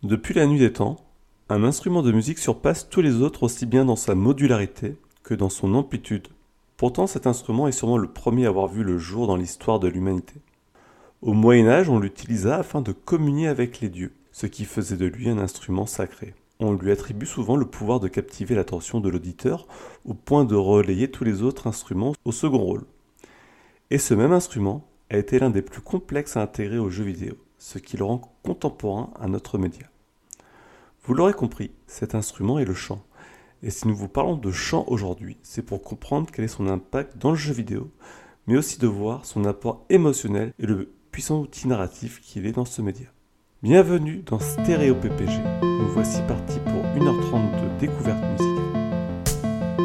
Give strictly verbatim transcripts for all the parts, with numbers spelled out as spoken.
Depuis la nuit des temps, un instrument de musique surpasse tous les autres aussi bien dans sa modularité que dans son amplitude. Pourtant, cet instrument est sûrement le premier à avoir vu le jour dans l'histoire de l'humanité. Au Moyen-Âge, on l'utilisa afin de communier avec les dieux, ce qui faisait de lui un instrument sacré. On lui attribue souvent le pouvoir de captiver l'attention de l'auditeur au point de relayer tous les autres instruments au second rôle. Et ce même instrument a été l'un des plus complexes à intégrer aux jeux vidéo, ce qui le rend contemporain à notre média. Vous l'aurez compris, cet instrument est le chant. Et si nous vous parlons de chant aujourd'hui, c'est pour comprendre quel est son impact dans le jeu vidéo, mais aussi de voir son apport émotionnel et le puissant outil narratif qu'il est dans ce média. Bienvenue dans Stéréo P P G. Nous voici partis pour une heure trente de découverte musicale.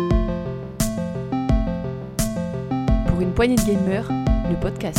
Pour une poignée de gamers, le podcast.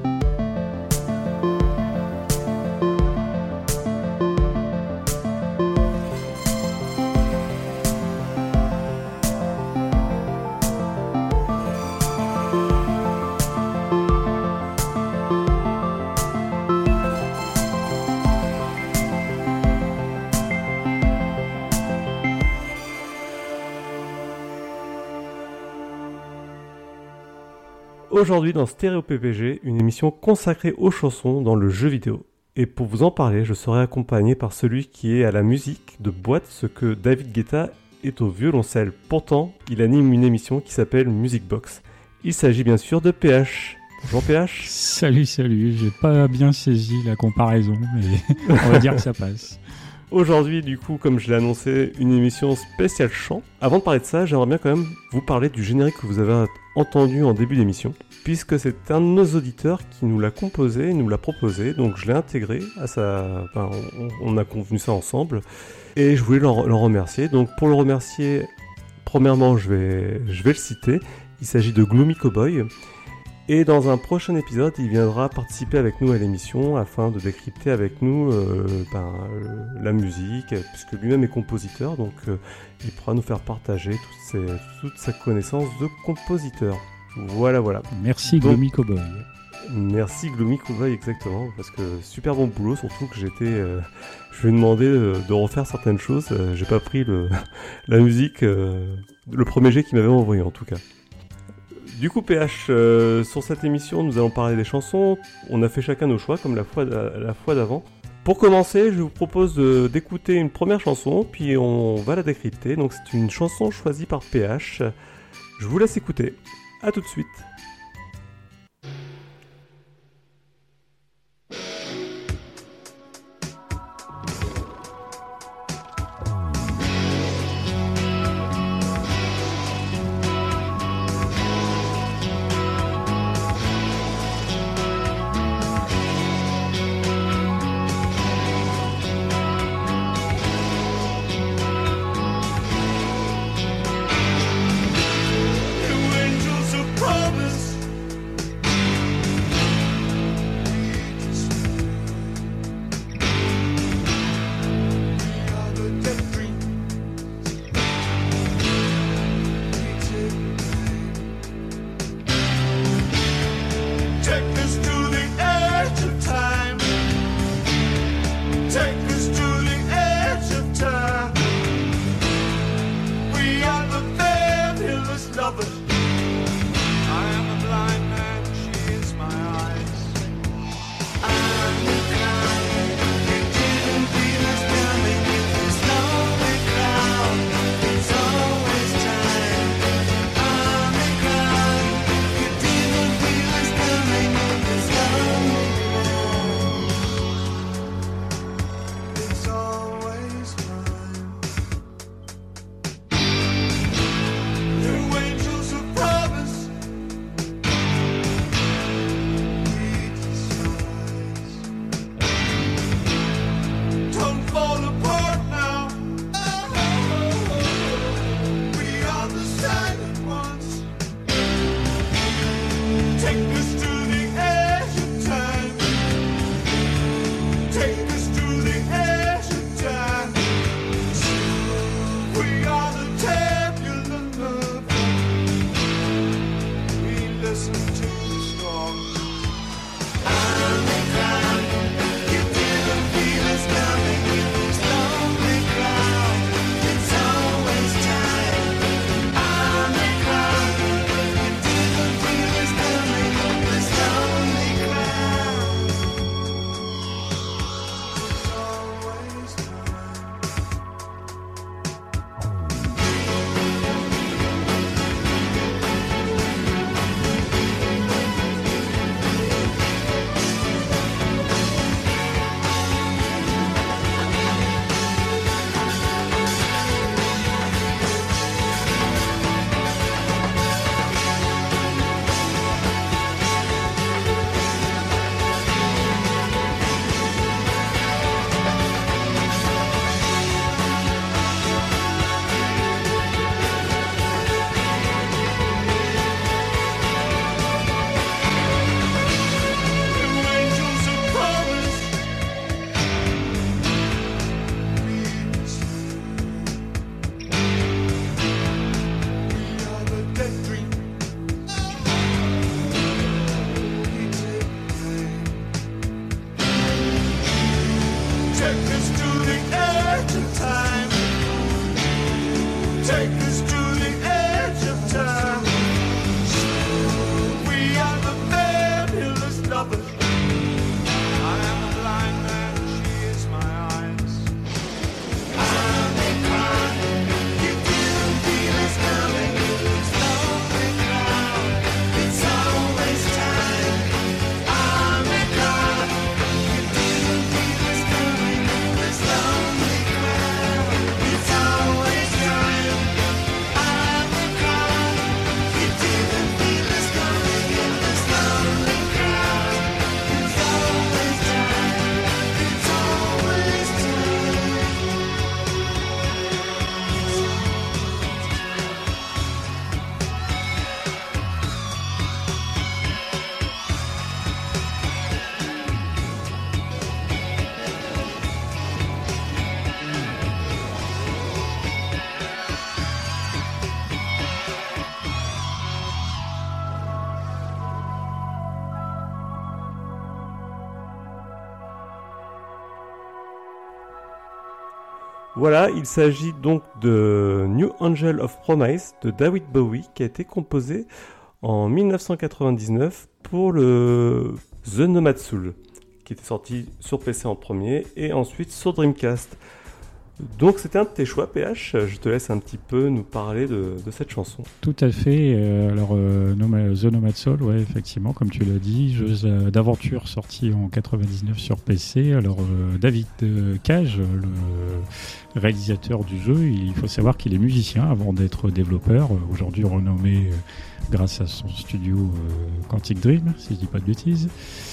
Aujourd'hui dans Stéréo P P G, une émission consacrée aux chansons dans le jeu vidéo. Et pour vous en parler, je serai accompagné par celui qui est à la musique de boîte, ce que David Guetta est au violoncelle. Pourtant, il anime une émission qui s'appelle Music Box. Il s'agit bien sûr de P H. Bonjour P H. Salut, salut, j'ai pas bien saisi la comparaison, mais on va dire que ça passe. Aujourd'hui, du coup, comme je l'ai annoncé, une émission spéciale chant. Avant de parler de ça, j'aimerais bien quand même vous parler du générique que vous avez entendu en début d'émission, puisque c'est un de nos auditeurs qui nous l'a composé, nous l'a proposé, donc je l'ai intégré à sa... Enfin, on, on a convenu ça ensemble, et je voulais l'en, l'en remercier. Donc pour le remercier, premièrement, je vais, je vais le citer. Il s'agit de Gloomy Cowboy. Et dans un prochain épisode, il viendra participer avec nous à l'émission afin de décrypter avec nous euh, ben, euh, la musique, puisque lui-même est compositeur, donc euh, il pourra nous faire partager toutes ses, toute sa connaissance de compositeur. Voilà, voilà. Merci donc, Gloomy Cowboy. Merci Gloomy Cowboy, exactement, parce que super bon boulot, surtout que j'étais... Euh, je lui ai demandé de, de refaire certaines choses, euh, j'ai pas pris le, la musique, euh, le premier jet qu'il m'avait envoyé en tout cas. Du coup, P H, euh, sur cette émission, nous allons parler des chansons. On a fait chacun nos choix, comme la fois, la fois d'avant. Pour commencer, je vous propose de, d'écouter une première chanson, puis on va la décrypter. Donc, c'est une chanson choisie par P H. Je vous laisse écouter. À tout de suite. Promise us to the edge of time. Take us to the edge of time. We are the fabulous lovers. I am a blind man, she is my eyes. I may cry, you didn't feel us coming. It's lonely crowd, it's always time. I may cry, you didn't feel us coming. It's lonely crowd, it's always time. I may cry, you didn't feel us coming. In this lonely crowd, it's always time. It's always time. Voilà, il s'agit donc de New Angel of Promise de David Bowie qui a été composé en dix-neuf cent quatre-vingt-dix-neuf pour le The Nomad Soul qui était sorti sur P C en premier et ensuite sur Dreamcast. Donc c'était un de tes choix, P H. Je te laisse un petit peu nous parler de, de cette chanson. Tout à fait. Euh, alors, euh, Noma- The Nomad Soul, ouais, effectivement, comme tu l'as dit, jeu euh, d'aventure sorti en quatre-vingt-dix-neuf sur P C. Alors, euh, David euh, Cage, le réalisateur du jeu, il faut savoir qu'il est musicien avant d'être développeur. Euh, aujourd'hui renommé euh, grâce à son studio euh, Quantic Dream, si je dis pas de bêtises.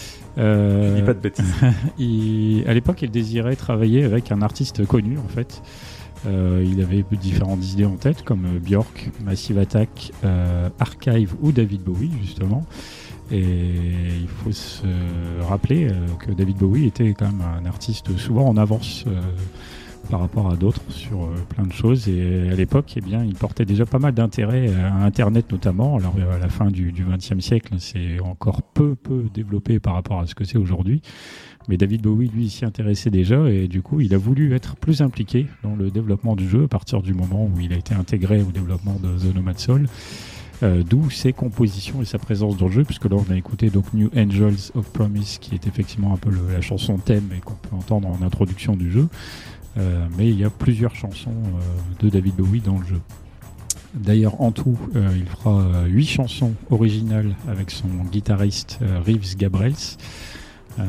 Euh, Je dis pas de bêtises. il, à l'époque, il désirait travailler avec un artiste connu, en fait. Euh, il avait différentes idées en tête, comme Björk, Massive Attack, euh, Archive ou David Bowie, justement. Et il faut se rappeler euh, que David Bowie était quand même un artiste souvent en avance euh, par rapport à d'autres sur euh, plein de choses. Et à l'époque, eh bien, il portait déjà pas mal d'intérêt à Internet notamment. Alors à la fin du vingtième siècle, c'est encore peu peu développé par rapport à ce que c'est aujourd'hui. Mais David Bowie, lui, s'y intéressait déjà et du coup, il a voulu être plus impliqué dans le développement du jeu à partir du moment où il a été intégré au développement de The Nomad Soul. Euh, d'où ses compositions et sa présence dans le jeu, puisque là on a écouté donc New Angels of Promise, qui est effectivement un peu le, la chanson thème et qu'on peut entendre en introduction du jeu. Euh, mais il y a plusieurs chansons euh, de David Bowie dans le jeu. D'ailleurs, en tout, euh, il fera euh, huit chansons originales avec son guitariste euh, Reeves Gabrels. Euh,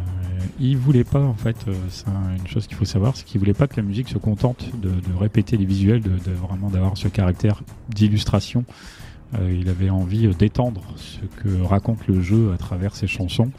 il voulait pas, en fait, euh, c'est un, une chose qu'il faut savoir, c'est qu'il voulait pas que la musique se contente de, de répéter les visuels, de, de vraiment d'avoir ce caractère d'illustration. Euh, il avait envie d'étendre ce que raconte le jeu à travers ses chansons.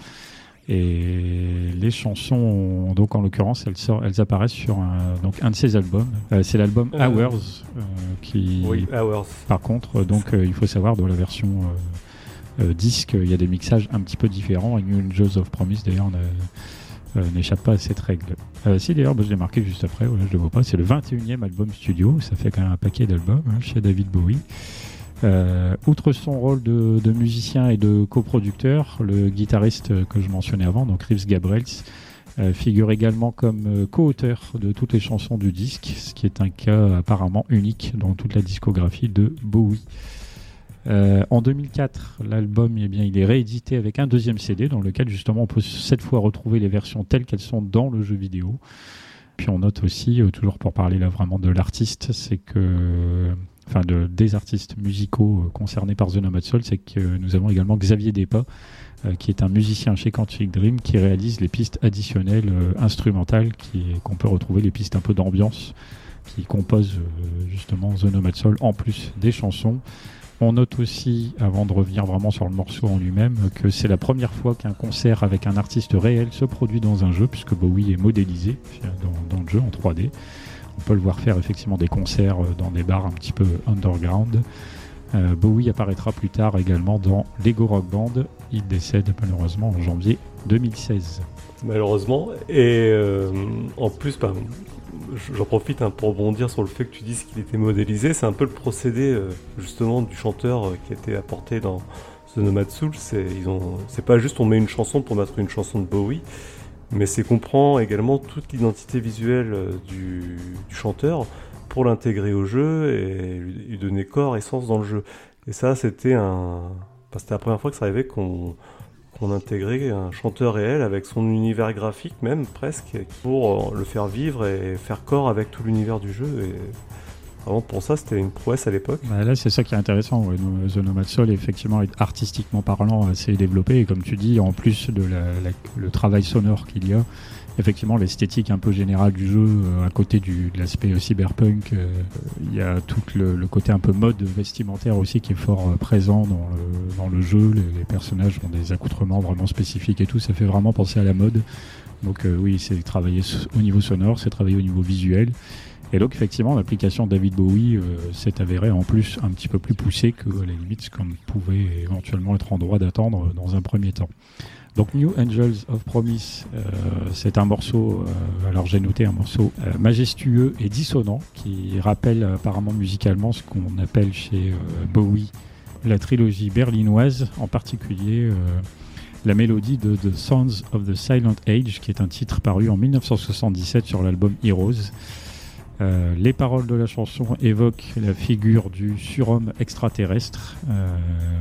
Et les chansons, donc en l'occurrence, elles, sort, elles apparaissent sur un, donc un de ses albums. Euh, c'est l'album euh, Hours euh, qui. Oui, Hours. Par contre, donc euh, il faut savoir dans la version euh, euh, disque, il y a des mixages un petit peu différents. Et New Angels of Promise d'ailleurs euh, n'échappe pas à cette règle. Euh, si d'ailleurs, bah, je l'ai marqué juste après, voilà, je le vois pas. C'est le vingt et unième album studio. Ça fait quand même un paquet d'albums hein, chez David Bowie. Euh, outre son rôle de, de musicien et de coproducteur, le guitariste que je mentionnais avant, donc Reeves Gabrels, euh, figure également comme euh, co-auteur de toutes les chansons du disque, ce qui est un cas apparemment unique dans toute la discographie de Bowie. Euh, en deux mille quatre, l'album eh bien, il est réédité avec un deuxième C D dans lequel justement on peut cette fois retrouver les versions telles qu'elles sont dans le jeu vidéo. Puis on note aussi, euh, toujours pour parler là vraiment de l'artiste, c'est que... enfin de, des artistes musicaux euh, concernés par The Nomad Soul, c'est que euh, nous avons également Xavier Despas, euh, qui est un musicien chez Quantic Dream, qui réalise les pistes additionnelles euh, instrumentales, qui, qu'on peut retrouver les pistes un peu d'ambiance, qui composent euh, justement The Nomad Soul, en plus des chansons. On note aussi, avant de revenir vraiment sur le morceau en lui-même, que c'est la première fois qu'un concert avec un artiste réel se produit dans un jeu, puisque Bowie est modélisé dans, dans le jeu en trois D. On peut le voir faire effectivement des concerts dans des bars un petit peu underground. Euh, Bowie apparaîtra plus tard également dans Lego Rock Band. Il décède malheureusement en janvier deux mille seize. Malheureusement. Et euh, en plus, bah, j'en profite hein, pour rebondir sur le fait que tu dises qu'il était modélisé. C'est un peu le procédé euh, justement du chanteur euh, qui a été apporté dans The Nomad Soul. C'est, ils ont, c'est pas juste on met une chanson pour mettre une chanson de Bowie. mais c'est comprend également toute l'identité visuelle euh, du, du chanteur pour l'intégrer au jeu et lui, lui donner corps et sens dans le jeu. Et ça, c'était un, enfin, c'était la première fois que ça arrivait qu'on qu'on intégrait un chanteur réel avec son univers graphique même presque pour le faire vivre et faire corps avec tout l'univers du jeu. Et vraiment pour ça, c'était une prouesse à l'époque. Bah là, c'est ça qui est intéressant. Ouais. The Nomad Soul, effectivement, est artistiquement parlant assez développé. Et comme tu dis, en plus de la, la, le travail sonore qu'il y a, effectivement, l'esthétique un peu générale du jeu, euh, à côté du, de l'aspect euh, cyberpunk, euh, il y a tout le, le côté un peu mode vestimentaire aussi qui est fort euh, présent dans le, dans le jeu. Les, les personnages ont des accoutrements vraiment spécifiques et tout. Ça fait vraiment penser à la mode. Donc euh, oui, c'est travaillé au niveau sonore, c'est travaillé au niveau visuel. Et donc effectivement, l'application David Bowie euh, s'est avérée en plus un petit peu plus poussée que à la limite ce qu'on pouvait éventuellement être en droit d'attendre dans un premier temps. Donc New Angels of Promise, euh, c'est un morceau, euh, alors j'ai noté un morceau euh, majestueux et dissonant qui rappelle apparemment musicalement ce qu'on appelle chez euh, Bowie la trilogie berlinoise, en particulier euh, la mélodie de The Sounds of the Silent Age, qui est un titre paru en dix-neuf cent soixante-dix-sept sur l'album Heroes. Euh, les paroles de la chanson évoquent la figure du surhomme extraterrestre, euh,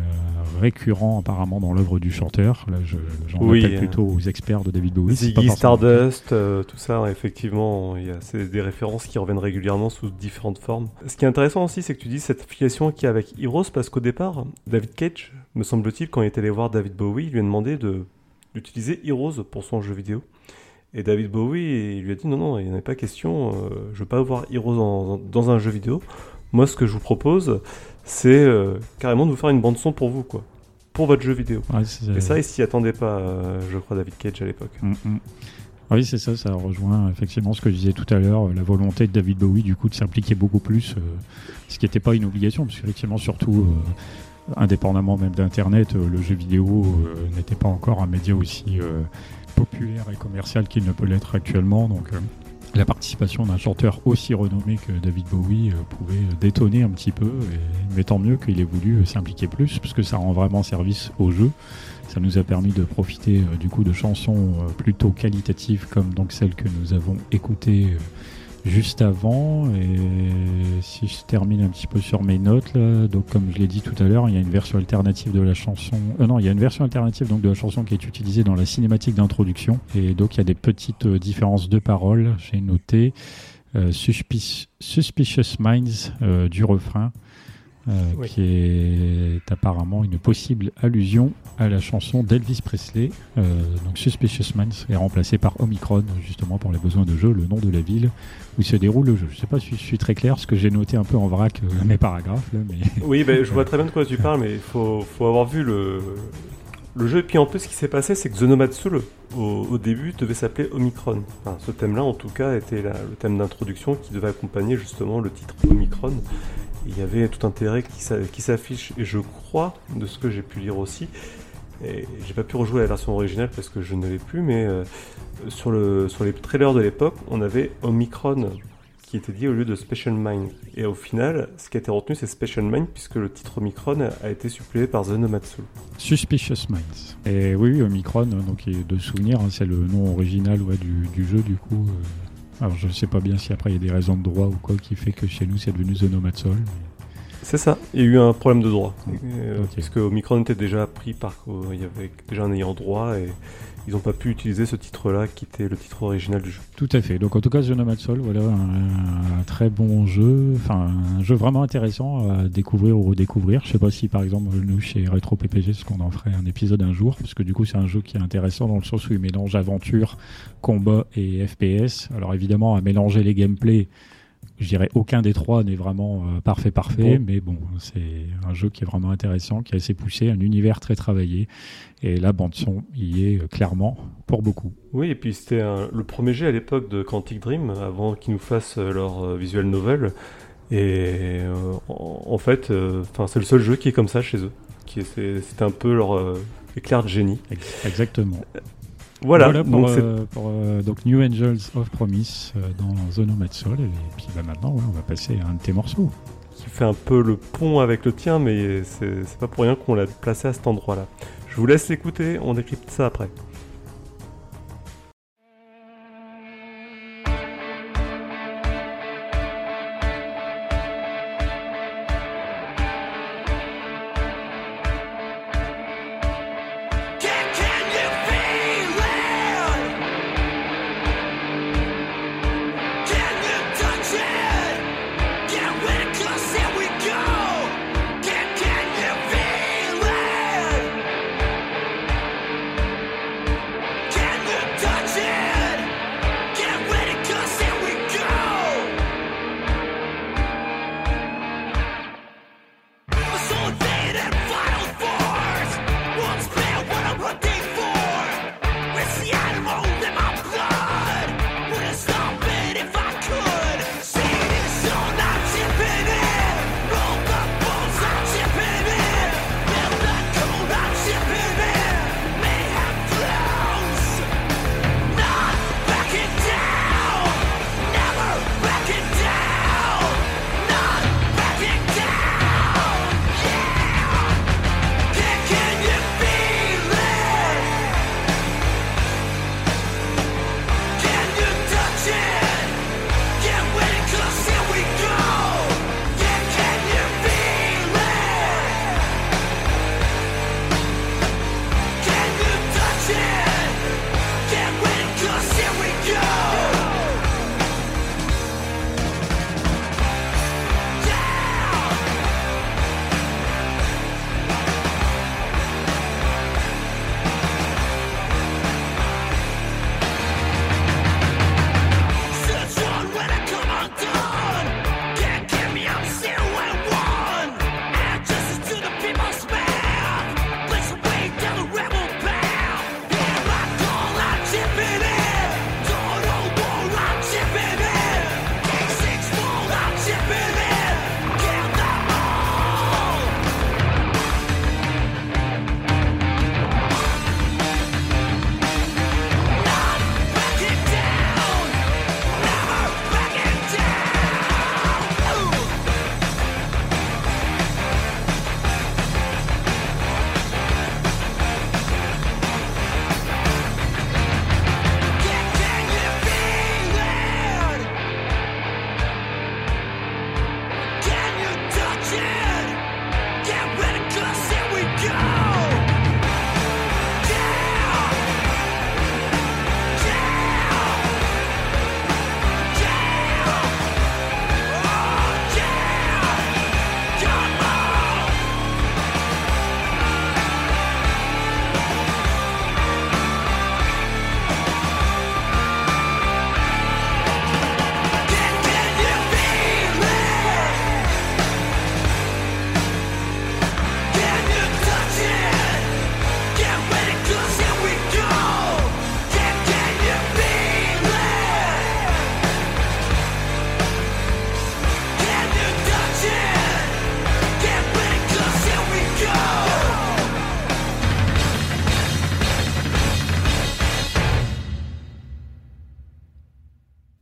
récurrent apparemment dans l'œuvre du chanteur. Là, je, j'en Oui, appelle euh, plutôt aux experts de David Bowie. C'est pas Ziggy forcément- Stardust, euh, tout ça, effectivement, il y a c'est des références qui reviennent régulièrement sous différentes formes. Ce qui est intéressant aussi, c'est que tu dis cette filiation qu'il y a avec Heroes, parce qu'au départ, David Cage, me semble-t-il, quand il est allé voir David Bowie, il lui a demandé de, d'utiliser Heroes pour son jeu vidéo. Et David Bowie, il lui a dit non, non, il n'y en a pas question, euh, je veux pas voir Heroes dans, dans un jeu vidéo. Moi, ce que je vous propose, c'est euh, carrément de vous faire une bande-son pour vous, quoi. Pour votre jeu vidéo. Ouais, c'est- Et ça, il s'y attendait pas, euh, je crois, David Cage à l'époque. Mm, mm. Oui, c'est ça, ça rejoint effectivement ce que je disais tout à l'heure, euh, la volonté de David Bowie du coup de s'impliquer beaucoup plus, euh, ce qui n'était pas une obligation, parce qu'effectivement surtout, euh, indépendamment même d'Internet, euh, le jeu vidéo euh, n'était pas encore un média aussi euh, populaire et commercial qu'il ne peut l'être actuellement, donc euh, la participation d'un chanteur aussi renommé que David Bowie euh, pouvait euh, détonner un petit peu, et, mais tant mieux qu'il ait voulu euh, s'impliquer plus, parce que ça rend vraiment service au jeu. Ça nous a permis de profiter euh, du coup de chansons euh, plutôt qualitatives comme donc celle que nous avons écoutée euh, juste avant. Et si je termine un petit peu sur mes notes là, donc comme je l'ai dit tout à l'heure, il y a une version alternative de la chanson. Euh, non, il y a une version alternative donc de la chanson qui est utilisée dans la cinématique d'introduction. Et donc il y a des petites euh, différences de paroles. J'ai noté euh, Suspic- Suspicious Minds euh, du refrain. Euh, Oui. qui est apparemment une possible allusion à la chanson d'Elvis Presley. Euh, donc Suspicious Minds est remplacé par Omicron, justement pour les besoins de jeu, le nom de la ville où se déroule le jeu. Je sais pas si je suis très clair, parce que j'ai noté un peu en vrac euh, mes paragraphes, là, mais Oui, ben, je vois très bien de quoi tu parles, mais il faut, faut avoir vu le, le jeu. Et puis en plus, ce qui s'est passé, c'est que The Nomad Soul, au, au début, devait s'appeler Omicron. Enfin, ce thème-là, en tout cas, était la- le thème d'introduction qui devait accompagner justement le titre Omicron. Il y avait tout intérêt qui, s'a- qui s'affiche, et je crois, de ce que j'ai pu lire aussi, et j'ai pas pu rejouer la version originale parce que je ne l'ai plus, mais euh, sur, le, sur les trailers de l'époque, on avait Omicron qui était dit au lieu de Special Mind. Et au final, ce qui a été retenu, c'est Special Mind, puisque le titre Omicron a, a été suppléé par The Nomad Soul. Suspicious Minds. Et oui, oui, Omicron, donc qui est de souvenir, hein, c'est le nom original ouais, du, du jeu du coup. euh. Alors je sais pas bien si après il y a des raisons de droit ou quoi qui fait que chez nous c'est devenu The Nomad Soul. C'est ça, il y a eu un problème de droit. Mm. Euh, Ok. Puisque Omicron était déjà pris par. euh, il y avait déjà un ayant droit, et ils n'ont pas pu utiliser ce titre-là, qui était le titre original du jeu. Tout à fait. Donc en tout cas, The Nomad Soul, voilà un, un très bon jeu, enfin un jeu vraiment intéressant à découvrir ou redécouvrir. Je sais pas si par exemple nous chez Retro P P G, ce qu'on en ferait un épisode un jour, parce que du coup c'est un jeu qui est intéressant dans le sens où il mélange aventure, combat et F P S. Alors évidemment à mélanger les gameplays, je dirais aucun des trois n'est vraiment euh, parfait parfait, Bon. mais bon, c'est un jeu qui est vraiment intéressant, qui est assez poussé, un univers très travaillé, et la bande son y est euh, clairement pour beaucoup. Oui, et puis c'était un- le premier jet à l'époque de Quantic Dream, avant qu'ils nous fassent euh, leur euh, visual novel. Et euh, en, en fait, euh, 'fin, c'est le seul jeu qui est comme ça chez eux. Qui est- c'est- C'était un peu leur euh, éclair de génie. Ex- Exactement. Voilà, pour, donc c'est euh, pour, euh, donc New Angels of Promise euh, dans The Nomad Soul. Et puis bah, maintenant, ouais, on va passer à un de tes morceaux. qui fait un peu le pont avec le tien, mais c'est c'est pas pour rien qu'on l'a placé à cet endroit-là. Je vous laisse l'écouter, on décrypte ça après.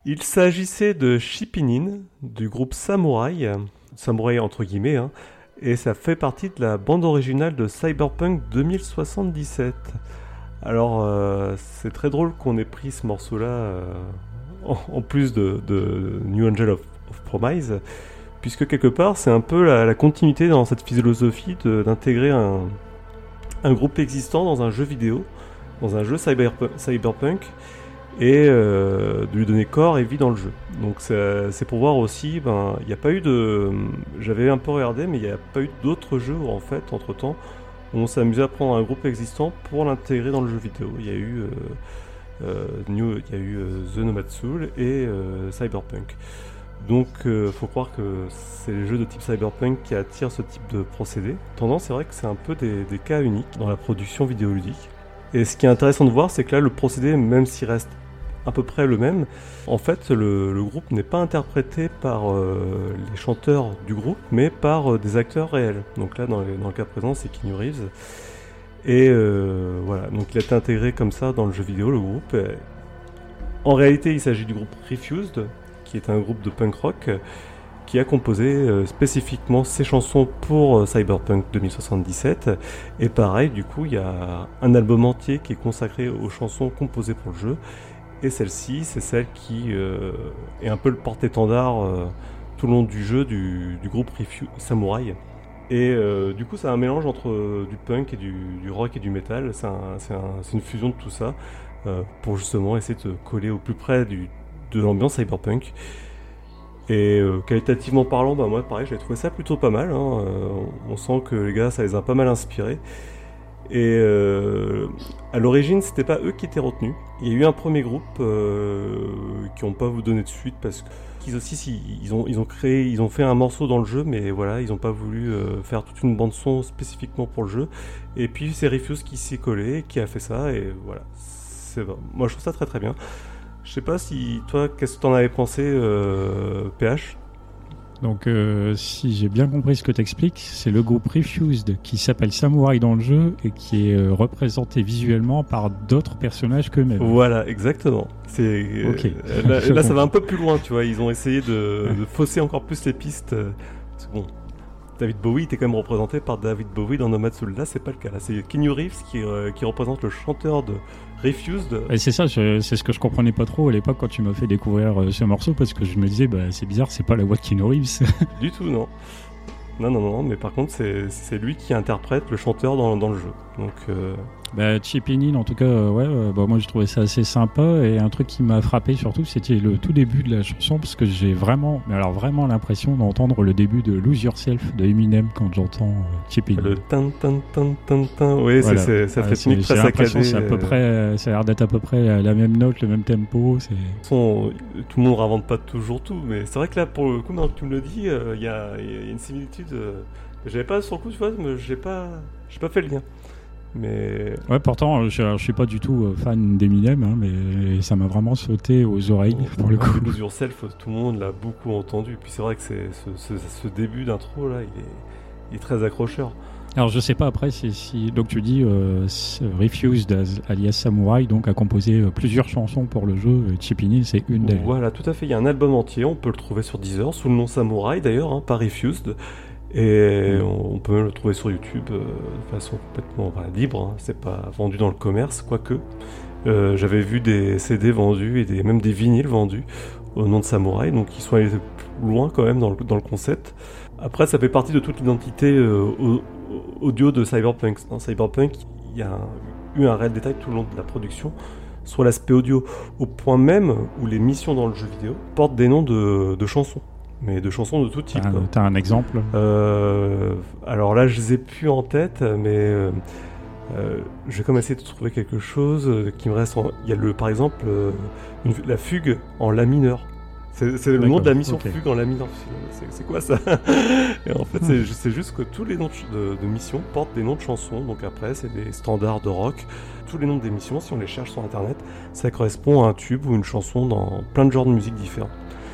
Il s'agissait de Chipinin, du groupe Samurai, Samurai entre guillemets, hein, et ça fait partie de la bande originale de Cyberpunk deux mille soixante-dix-sept. Alors, euh, c'est très drôle qu'on ait pris ce morceau-là, euh, en, en plus de, de New Angel of, of Promise, puisque quelque part, c'est un peu la, la continuité dans cette philosophie de, d'intégrer un, un groupe existant dans un jeu vidéo, dans un jeu cyberpunk, cyberpunk et euh, de lui donner corps et vie dans le jeu. Donc c'est, c'est pour voir aussi, ben, il n'y a pas eu de... J'avais un peu regardé, mais il n'y a pas eu d'autres jeux, en fait, entre-temps, où on s'est amusé à prendre un groupe existant pour l'intégrer dans le jeu vidéo. Il y a eu, euh, euh, New, il y a eu euh, The Nomad Soul et euh, Cyberpunk. Donc il euh, faut croire que c'est les jeux de type Cyberpunk qui attirent ce type de procédé. Tendance, c'est vrai que c'est un peu des, des cas uniques dans la production vidéoludique. Et ce qui est intéressant de voir, c'est que là, le procédé, même s'il reste à peu près le même, en fait, le, le groupe n'est pas interprété par euh, les chanteurs du groupe, mais par euh, des acteurs réels. Donc là, dans, les, dans le cas présent, c'est Keanu Reeves. Et euh, voilà, donc il a été intégré comme ça dans le jeu vidéo, le groupe. Et en réalité, il s'agit du groupe Refused, qui est un groupe de punk rock, qui a composé euh, spécifiquement ses chansons pour euh, Cyberpunk deux mille soixante-dix-sept. Et pareil, du coup, il y a un album entier qui est consacré aux chansons composées pour le jeu. Et celle-ci, c'est celle qui euh, est un peu le porte-étendard euh, tout le long du jeu du, du groupe Refu- Samurai. Et euh, du coup, c'est un mélange entre euh, du punk et du, du rock et du metal. C'est, un, c'est, un, c'est une fusion de tout ça euh, pour justement essayer de coller au plus près du, de l'ambiance cyberpunk. Et euh, qualitativement parlant, bah moi pareil, j'ai trouvé ça plutôt pas mal. Hein. Euh, on sent que les gars, ça les a pas mal inspirés. Et euh, à l'origine, c'était pas eux qui étaient retenus. Il y a eu un premier groupe euh, qui n'ont pas voulu donner de suite parce qu'ils aussi, ils ont, ils ont créé, ils ont fait un morceau dans le jeu, mais voilà, ils n'ont pas voulu euh, faire toute une bande son spécifiquement pour le jeu. Et puis c'est Refuse qui s'y est collé, qui a fait ça, et voilà. C'est, moi, je trouve ça très très bien. Je sais pas si toi, qu'est-ce que t'en avais pensé, euh, P H ? Donc, euh, si j'ai bien compris ce que tu expliques, c'est le groupe Refused qui s'appelle Samurai dans le jeu et qui est euh, représenté visuellement par d'autres personnages qu'eux-mêmes. Voilà, exactement. C'est, okay. euh, là, là ça va un peu plus loin, tu vois. Ils ont essayé de, de fausser encore plus les pistes. Euh, parce que bon, David Bowie était quand même représenté par David Bowie dans Nomad Soul. Là, c'est pas le cas. Là, c'est Keanu Reeves qui, euh, qui représente le chanteur de Refused. Et c'est ça, je, c'est ce que je comprenais pas trop à l'époque quand tu m'as fait découvrir euh, ce morceau, parce que je me disais, bah, c'est bizarre, c'est pas la voix de Keanu Reeves. Du tout, non. Non, non, non, mais par contre, c'est, c'est lui qui interprète le chanteur dans, dans le jeu. Donc, euh... bah, Chipinin, en tout cas, euh, ouais, euh, bah, moi, je trouvais ça assez sympa. Et un truc qui m'a frappé surtout, c'était le tout début de la chanson, parce que j'ai vraiment, mais alors vraiment l'impression d'entendre le début de Lose Yourself de Eminem quand j'entends euh, Chipinin. Le tin tin tin tin tin, oui, voilà. c'est, c'est, ça ouais, fait c'est, très saccadé. C'est à peu près, ça a l'air d'être à peu près la, la même note, le même tempo. C'est... Son, tout le monde ne réinvente pas toujours tout, mais c'est vrai que là, pour le coup, maintenant que tu me le dis, il euh, y, y a une similitude. Euh, J'avais pas sur le coup, tu vois, mais j'ai pas, j'ai pas fait le lien. Mais ouais, pourtant, je, je suis pas du tout fan d'Eminem, hein, mais ça m'a vraiment sauté aux oreilles oh, pour le coup. Lose Yourself, tout le monde l'a beaucoup entendu. Puis c'est vrai que c'est ce, ce, ce début d'intro là, il est, il est très accrocheur. Alors je sais pas après si, si donc tu dis euh, Refused alias Samurai donc a composé euh, plusieurs chansons pour le jeu. Chipinin, c'est une d'elles. Voilà, tout à fait. Il y a un album entier, on peut le trouver sur Deezer sous le nom Samurai d'ailleurs, hein, pas Refused. Et on peut même le trouver sur YouTube euh, de façon complètement bah, libre, hein. C'est pas vendu dans le commerce, quoique. Euh, j'avais vu des C D vendus et des, même des vinyles vendus au nom de Samurai, donc ils sont allés plus loin quand même dans le, dans le concept. Après, ça fait partie de toute l'identité euh, audio de Cyberpunk. Dans Cyberpunk, il y a un, eu un réel détail tout le long de la production sur l'aspect audio, au point même où les missions dans le jeu vidéo portent des noms de, de chansons. Mais de chansons de tout type. T'as un, t'as un exemple euh, Alors là, je les ai plus en tête, mais euh, euh, je vais comme essayer de trouver quelque chose qui me reste. En... Il y a le, par exemple, euh, une, la fugue en la mineur. C'est, c'est le D'accord, nom de la mission okay. fugue en la mineur. C'est, c'est quoi ça? Et en fait, c'est, c'est juste que tous les noms de, de missions portent des noms de chansons. Donc après, c'est des standards de rock. Tous les noms des missions, si on les cherche sur Internet, ça correspond à un tube ou une chanson dans plein de genres de musique différents.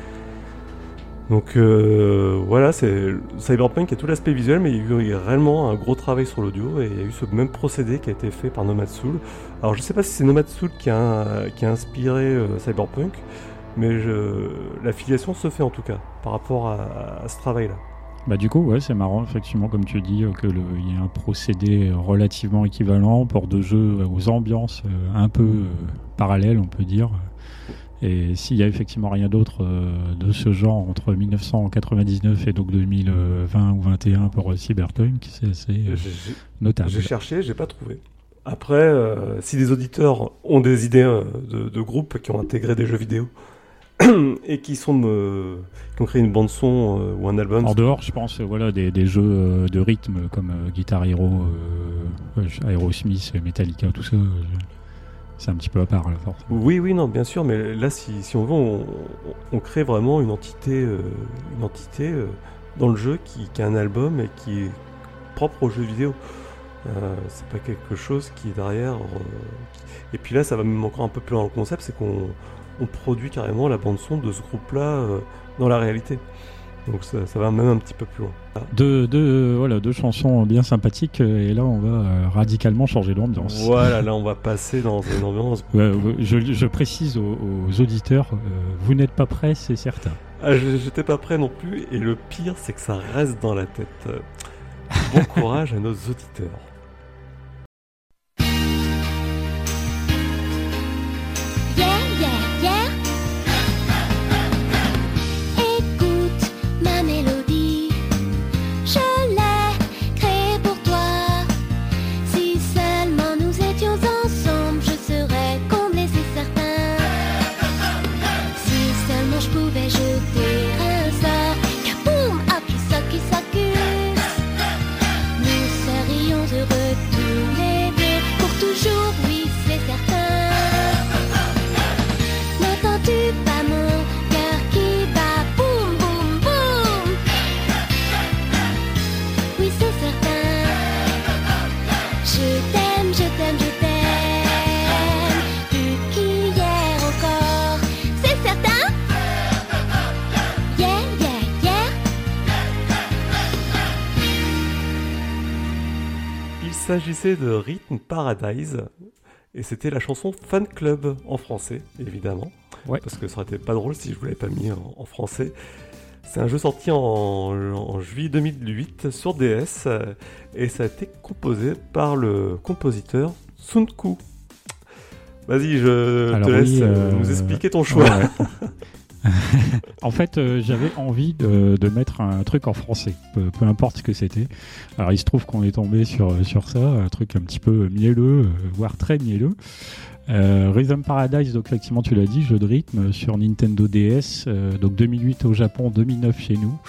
Donc euh, voilà, c'est Cyberpunk a tout l'aspect visuel, mais il y a eu réellement un gros travail sur l'audio et il y a eu ce même procédé qui a été fait par Nomad Soul. Alors je sais pas si c'est Nomad Soul qui a, qui a inspiré euh, Cyberpunk, mais je... l'affiliation se fait en tout cas par rapport à, à ce travail-là. Bah du coup, ouais, c'est marrant, effectivement, comme tu dis, euh, qu'il y ait un procédé relativement équivalent pour deux jeux aux ambiances euh, un peu euh, parallèles, on peut dire. Et s'il y a effectivement rien d'autre euh, de ce genre entre dix-neuf cent quatre-vingt-dix-neuf et donc deux mille vingt ou vingt et un pour euh, Cyberpunk, c'est assez euh, J'ai- j'ai- notable. J'ai cherché, j'ai pas trouvé. Après, euh, si des auditeurs ont des idées euh, de, de groupes qui ont intégré des jeux vidéo et qui sont euh, qui ont créé une bande son euh, ou un album, En dehors, je pense, euh, voilà, des, des jeux euh, de rythme comme euh, Guitar Hero, euh, euh, Aerosmith, Metallica, tout ça, euh, c'est un petit peu à part, là, forcément. oui, oui, non, bien sûr, mais là, si, si on veut, on, on- on crée vraiment une entité, euh, une entité euh, dans le jeu qui, qui a un album et qui est propre au jeu vidéo. Euh, c'est pas quelque chose qui est derrière. euh, qui- Et puis là, ça va même encore un peu plus loin dans le concept, c'est qu'on on produit carrément la bande son de ce groupe-là euh, dans la réalité. Donc ça, ça va même un petit peu plus loin. Deux, deux, euh, voilà, deux chansons bien sympathiques, euh, et là, on va euh, radicalement changer d'ambiance. Voilà, là, on va passer dans une ambiance. Ouais, ouais, je, je précise aux, aux auditeurs, euh, vous n'êtes pas prêts, c'est certain. Ah, je- j'étais pas prêt non plus, et le pire, c'est que ça reste dans la tête. Euh, Bon courage à nos auditeurs. Yeah, yeah, yeah. Écoute ma mélodie, je l'ai créée pour toi. Si seulement nous étions ensemble, je serais comblée, c'est certain. Si seulement je pouvais jeter un sort, kaboum, hocus, hocus, hocus. Nous serions heureux tous les deux, pour toujours, oui, c'est certain. N'entends-tu pas mon cœur qui bat, boum, boum, boum? Oui, c'est certain. Je t'aime, je t'aime, je t'aime, plus qu'hier encore, c'est certain. Yeah, yeah, yeah. Il s'agissait de Rhythm Paradise, et c'était la chanson Fan Club en français, évidemment. Ouais. Parce que ça aurait été pas drôle si je vous l'avais pas mis en, en français. C'est un jeu sorti en, en juillet deux mille huit sur D S, euh, et ça a été composé par le compositeur Sunku. Vas-y, je Alors te oui, laisse euh, nous expliquer ton choix. Ouais, ouais. En fait, euh, j'avais envie de, de mettre un truc en français, peu, peu importe ce que c'était. Alors, il se trouve qu'on est tombé sur, sur ça, un truc un petit peu mielleux, euh, voire très mielleux. Euh, Rhythm Paradise, donc effectivement, tu l'as dit, jeu de rythme sur Nintendo D S, euh, donc deux mille huit au Japon, deux mille neuf chez nous.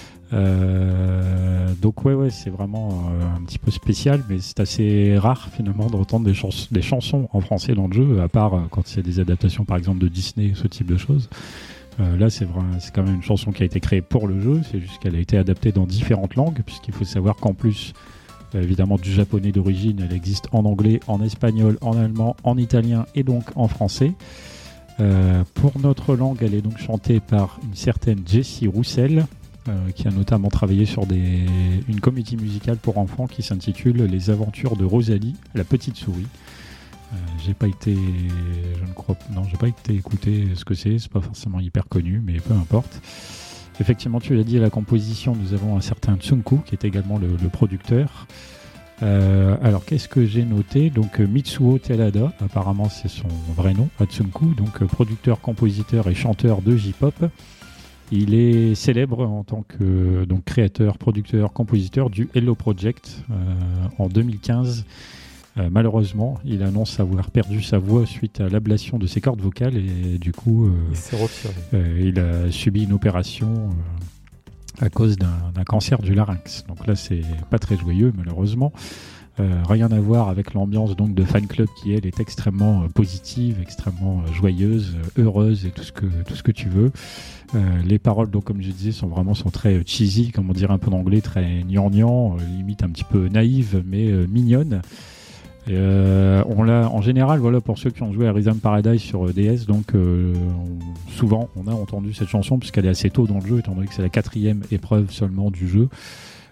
Euh, donc ouais, ouais, c'est vraiment euh, un petit peu spécial, mais c'est assez rare finalement d'entendre des, chans- des chansons en français dans le jeu, à part euh, quand c'est des adaptations par exemple de Disney, ce type de choses. Euh, là, c'est vrai, c'est quand même une chanson qui a été créée pour le jeu, c'est juste qu'elle a été adaptée dans différentes langues, puisqu'il faut savoir qu'en plus, euh, évidemment, du japonais d'origine, elle existe en anglais, en espagnol, en allemand, en italien et donc en français. Euh, pour notre langue, elle est donc chantée par une certaine Jessie Roussel, euh, qui a notamment travaillé sur des, une comédie musicale pour enfants qui s'intitule Les aventures de Rosalie, la petite souris. Euh, j'ai pas été, je ne crois, non, j'ai pas été écouter ce que c'est. C'est pas forcément hyper connu, mais peu importe. Effectivement, tu l'as dit, à la composition, nous avons un certain Tsunku qui est également le, le producteur. Euh, alors, qu'est-ce que j'ai noté? Donc, euh, Mitsuo Terada, apparemment c'est son vrai nom, Tsunku, donc euh, producteur, compositeur et chanteur de J-pop. Il est célèbre en tant que euh, donc, créateur, producteur, compositeur du Hello Project euh, en deux mille quinze. Euh, malheureusement, il annonce avoir perdu sa voix suite à l'ablation de ses cordes vocales et du coup, euh, Il s'est retiré. euh, il a subi une opération euh, à cause d'un, d'un cancer du larynx. Donc là, c'est pas très joyeux, malheureusement. Euh, rien à voir avec l'ambiance donc de Fan Club qui, elle, est extrêmement euh, positive, extrêmement euh, joyeuse, euh, heureuse et tout ce que, tout ce que tu veux. Euh, les paroles, donc, comme je disais, sont vraiment sont très euh, cheesy, comme on dirait un peu en anglais, très gnangnan, euh, limite un petit peu naïve, mais euh, mignonne. Euh, on l'a en général, voilà, pour ceux qui ont joué à Rhythm Paradise sur euh, D S, donc euh, on- souvent on a entendu cette chanson puisqu'elle est assez tôt dans le jeu, étant donné que c'est la quatrième épreuve seulement du jeu.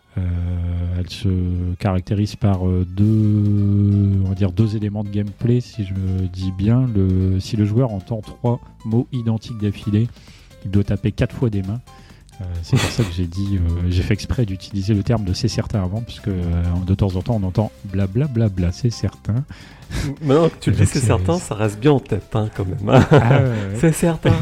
Euh, elle se caractérise par euh, deux, on va dire deux éléments de gameplay, si je me dis bien. Le, si le joueur entend trois mots identiques d'affilée, il doit taper quatre fois des mains. Euh, c'est pour ça que j'ai dit, euh, j'ai fait exprès d'utiliser le terme de c'est certain avant, puisque euh, de temps en temps on entend blablabla, bla, bla, bla, c'est certain. Maintenant que tu le dis, c'est c'est- certain, ça reste bien en tête hein, quand même. hein. Ah, ouais, ouais. C'est certain.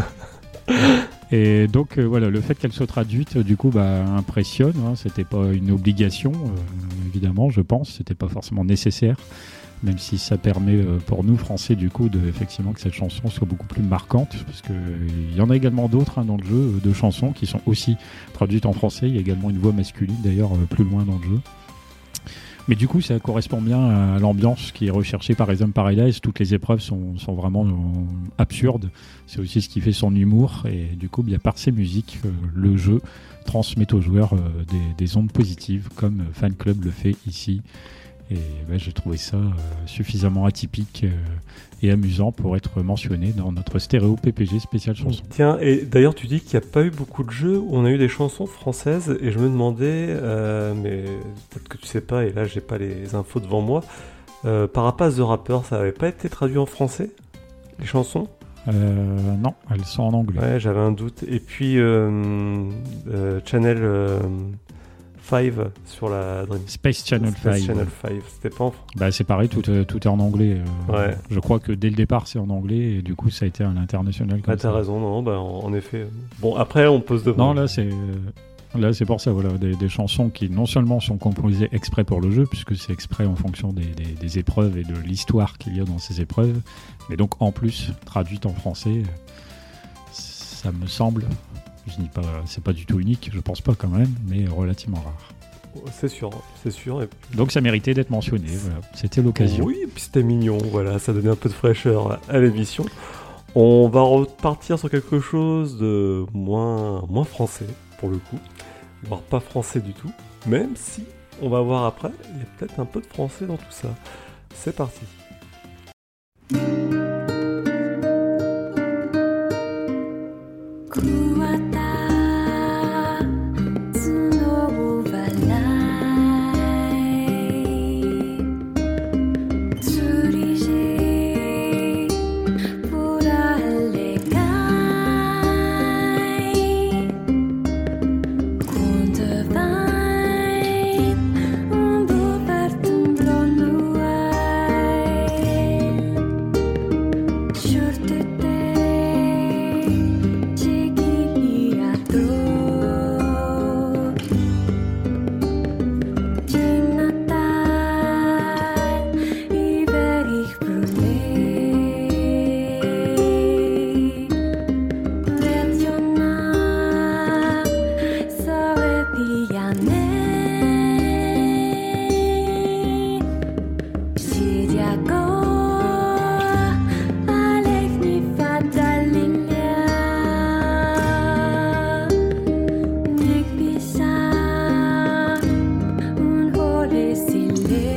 Et donc euh, voilà, le fait qu'elle soit traduite, euh, du coup, bah, impressionne. Hein, c'était pas une obligation, euh, évidemment, je pense. C'était pas forcément nécessaire, même si ça permet euh, pour nous Français, du coup, de effectivement que cette chanson soit beaucoup plus marquante, parce que euh, il y en a également d'autres hein, dans le jeu, euh, de chansons qui sont aussi traduites en français. Il y a également une voix masculine, d'ailleurs, euh, plus loin dans le jeu. Mais du coup, ça correspond bien à l'ambiance qui est recherchée par Rhythm Paradise. Toutes les épreuves sont, sont vraiment euh, absurdes. C'est aussi ce qui fait son humour. Et du coup, bien, par ces musiques, euh, le jeu transmet aux joueurs euh, des, des ondes positives, comme Fan Club le fait ici. Et ben, j'ai trouvé ça euh, suffisamment atypique euh, et amusant pour être mentionné dans notre stéréo P P G spécial chanson. Tiens, et d'ailleurs, tu dis qu'il n'y a pas eu beaucoup de jeux où on a eu des chansons françaises, et je me demandais, euh, mais peut-être que tu sais pas, et là j'ai pas les infos devant moi, euh, Parapaz the Rapper, ça avait pas été traduit en français, les chansons? Euh, non, elles sont en anglais. Ouais, j'avais un doute. Et puis euh, euh, Channel euh, cinq sur la Dream. Space Channel Space cinq. Channel cinq, c'était pas en français. Bah, c'est pareil, tout, euh, tout est en anglais. euh, Ouais. Je crois que dès le départ, c'est en anglais et du coup, ça a été à l'international. Comme Ah, t'as ça. raison, non, bah, en, en effet. Bon, après, on peut se demander. Non, là, c'est. Là, c'est pour ça, voilà, des, des chansons qui non seulement sont composées exprès pour le jeu, puisque c'est exprès en fonction des, des- des épreuves et de l'histoire qu'il y a dans ces épreuves, mais donc en plus traduites en français, ça me semble, je dis pas, c'est pas du tout unique, je pense pas quand même, mais relativement rare. C'est sûr, c'est sûr. Et... Donc ça méritait d'être mentionné, voilà. C'était l'occasion. Oui, et puis c'était mignon, voilà, ça donnait un peu de fraîcheur à l'émission. On va repartir sur quelque chose de moins, moins français, pour le coup, voire pas français du tout, même si, on va voir après, il y a peut-être un peu de français dans tout ça. C'est parti. 桑田角笑い釣り師プラレガイKunde wein und du werden blonde Schürtete Chiquillado Im Natal über ich brûlé Regional Sovietiane Siedziago Alechni Fadalinia Niech pisa Un hole sile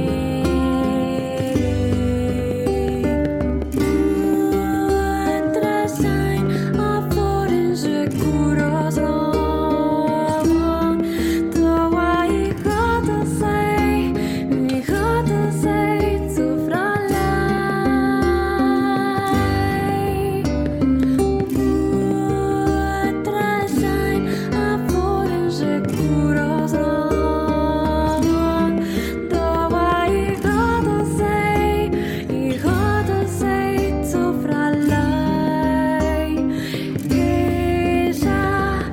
Tra sein A foren seguros Toa ich hatte sei Ich hatte sei zu fralei Tra sein A foren seguros Toa ich hatte sei Ich hatte sei zu fralei Geja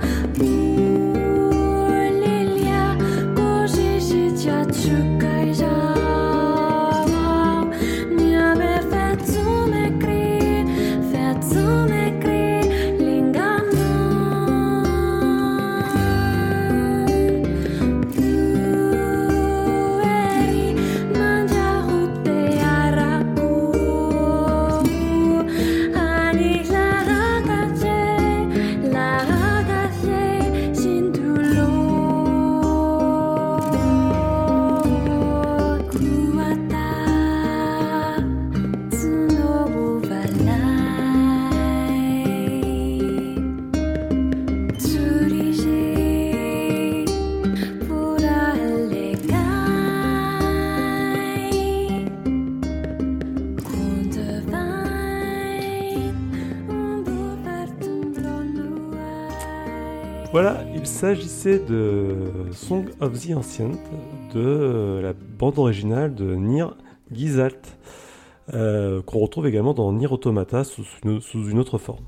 Voilà, il s'agissait de Song of the Ancient, de la bande originale de Nier Gestalt, euh, qu'on retrouve également dans Nier Automata sous une, sous une autre forme.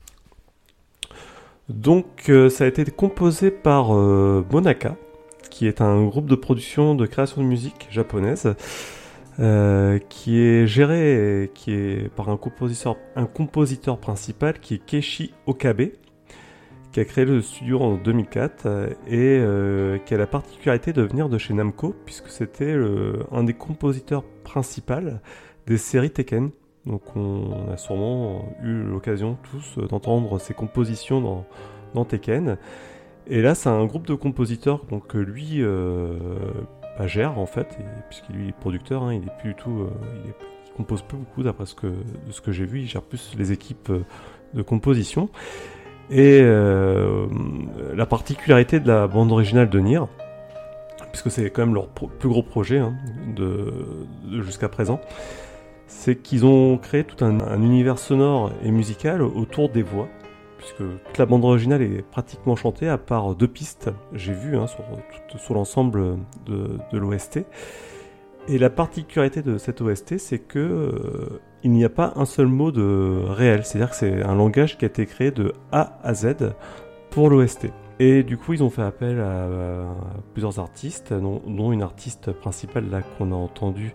Donc euh, ça a été composé par euh, Monaka, qui est un groupe de production de création de musique japonaise, euh, qui est géré et qui est par un compositeur, un compositeur principal qui est Keiichi Okabe, qui a créé le studio en deux mille quatre et euh, qui a la particularité de venir de chez Namco, puisque c'était le, un des compositeurs principaux des séries Tekken. Donc on a sûrement eu l'occasion tous d'entendre ses compositions dans, dans Tekken. Et là, c'est un groupe de compositeurs donc, que lui euh, bah, gère en fait, et, puisqu'il lui est producteur, hein, il est plus du tout, euh, il, est, il compose peu beaucoup d'après ce que, de ce que j'ai vu, il gère plus les équipes de composition. Et euh, la particularité de la bande originale de Nier, puisque c'est quand même leur pro- plus gros projet hein, de, de jusqu'à présent, c'est qu'ils ont créé tout un, un univers sonore et musical autour des voix, puisque toute la bande originale est pratiquement chantée, à part deux pistes, j'ai vu, hein, sur, tout, sur l'ensemble de, de l'O S T. Et la particularité de cette O S T, c'est que euh, il n'y a pas un seul mot de réel, c'est-à-dire que c'est un langage qui a été créé de A à Z pour l'O S T. Et du coup, ils ont fait appel à, à plusieurs artistes, dont, dont une artiste principale là qu'on a entendue.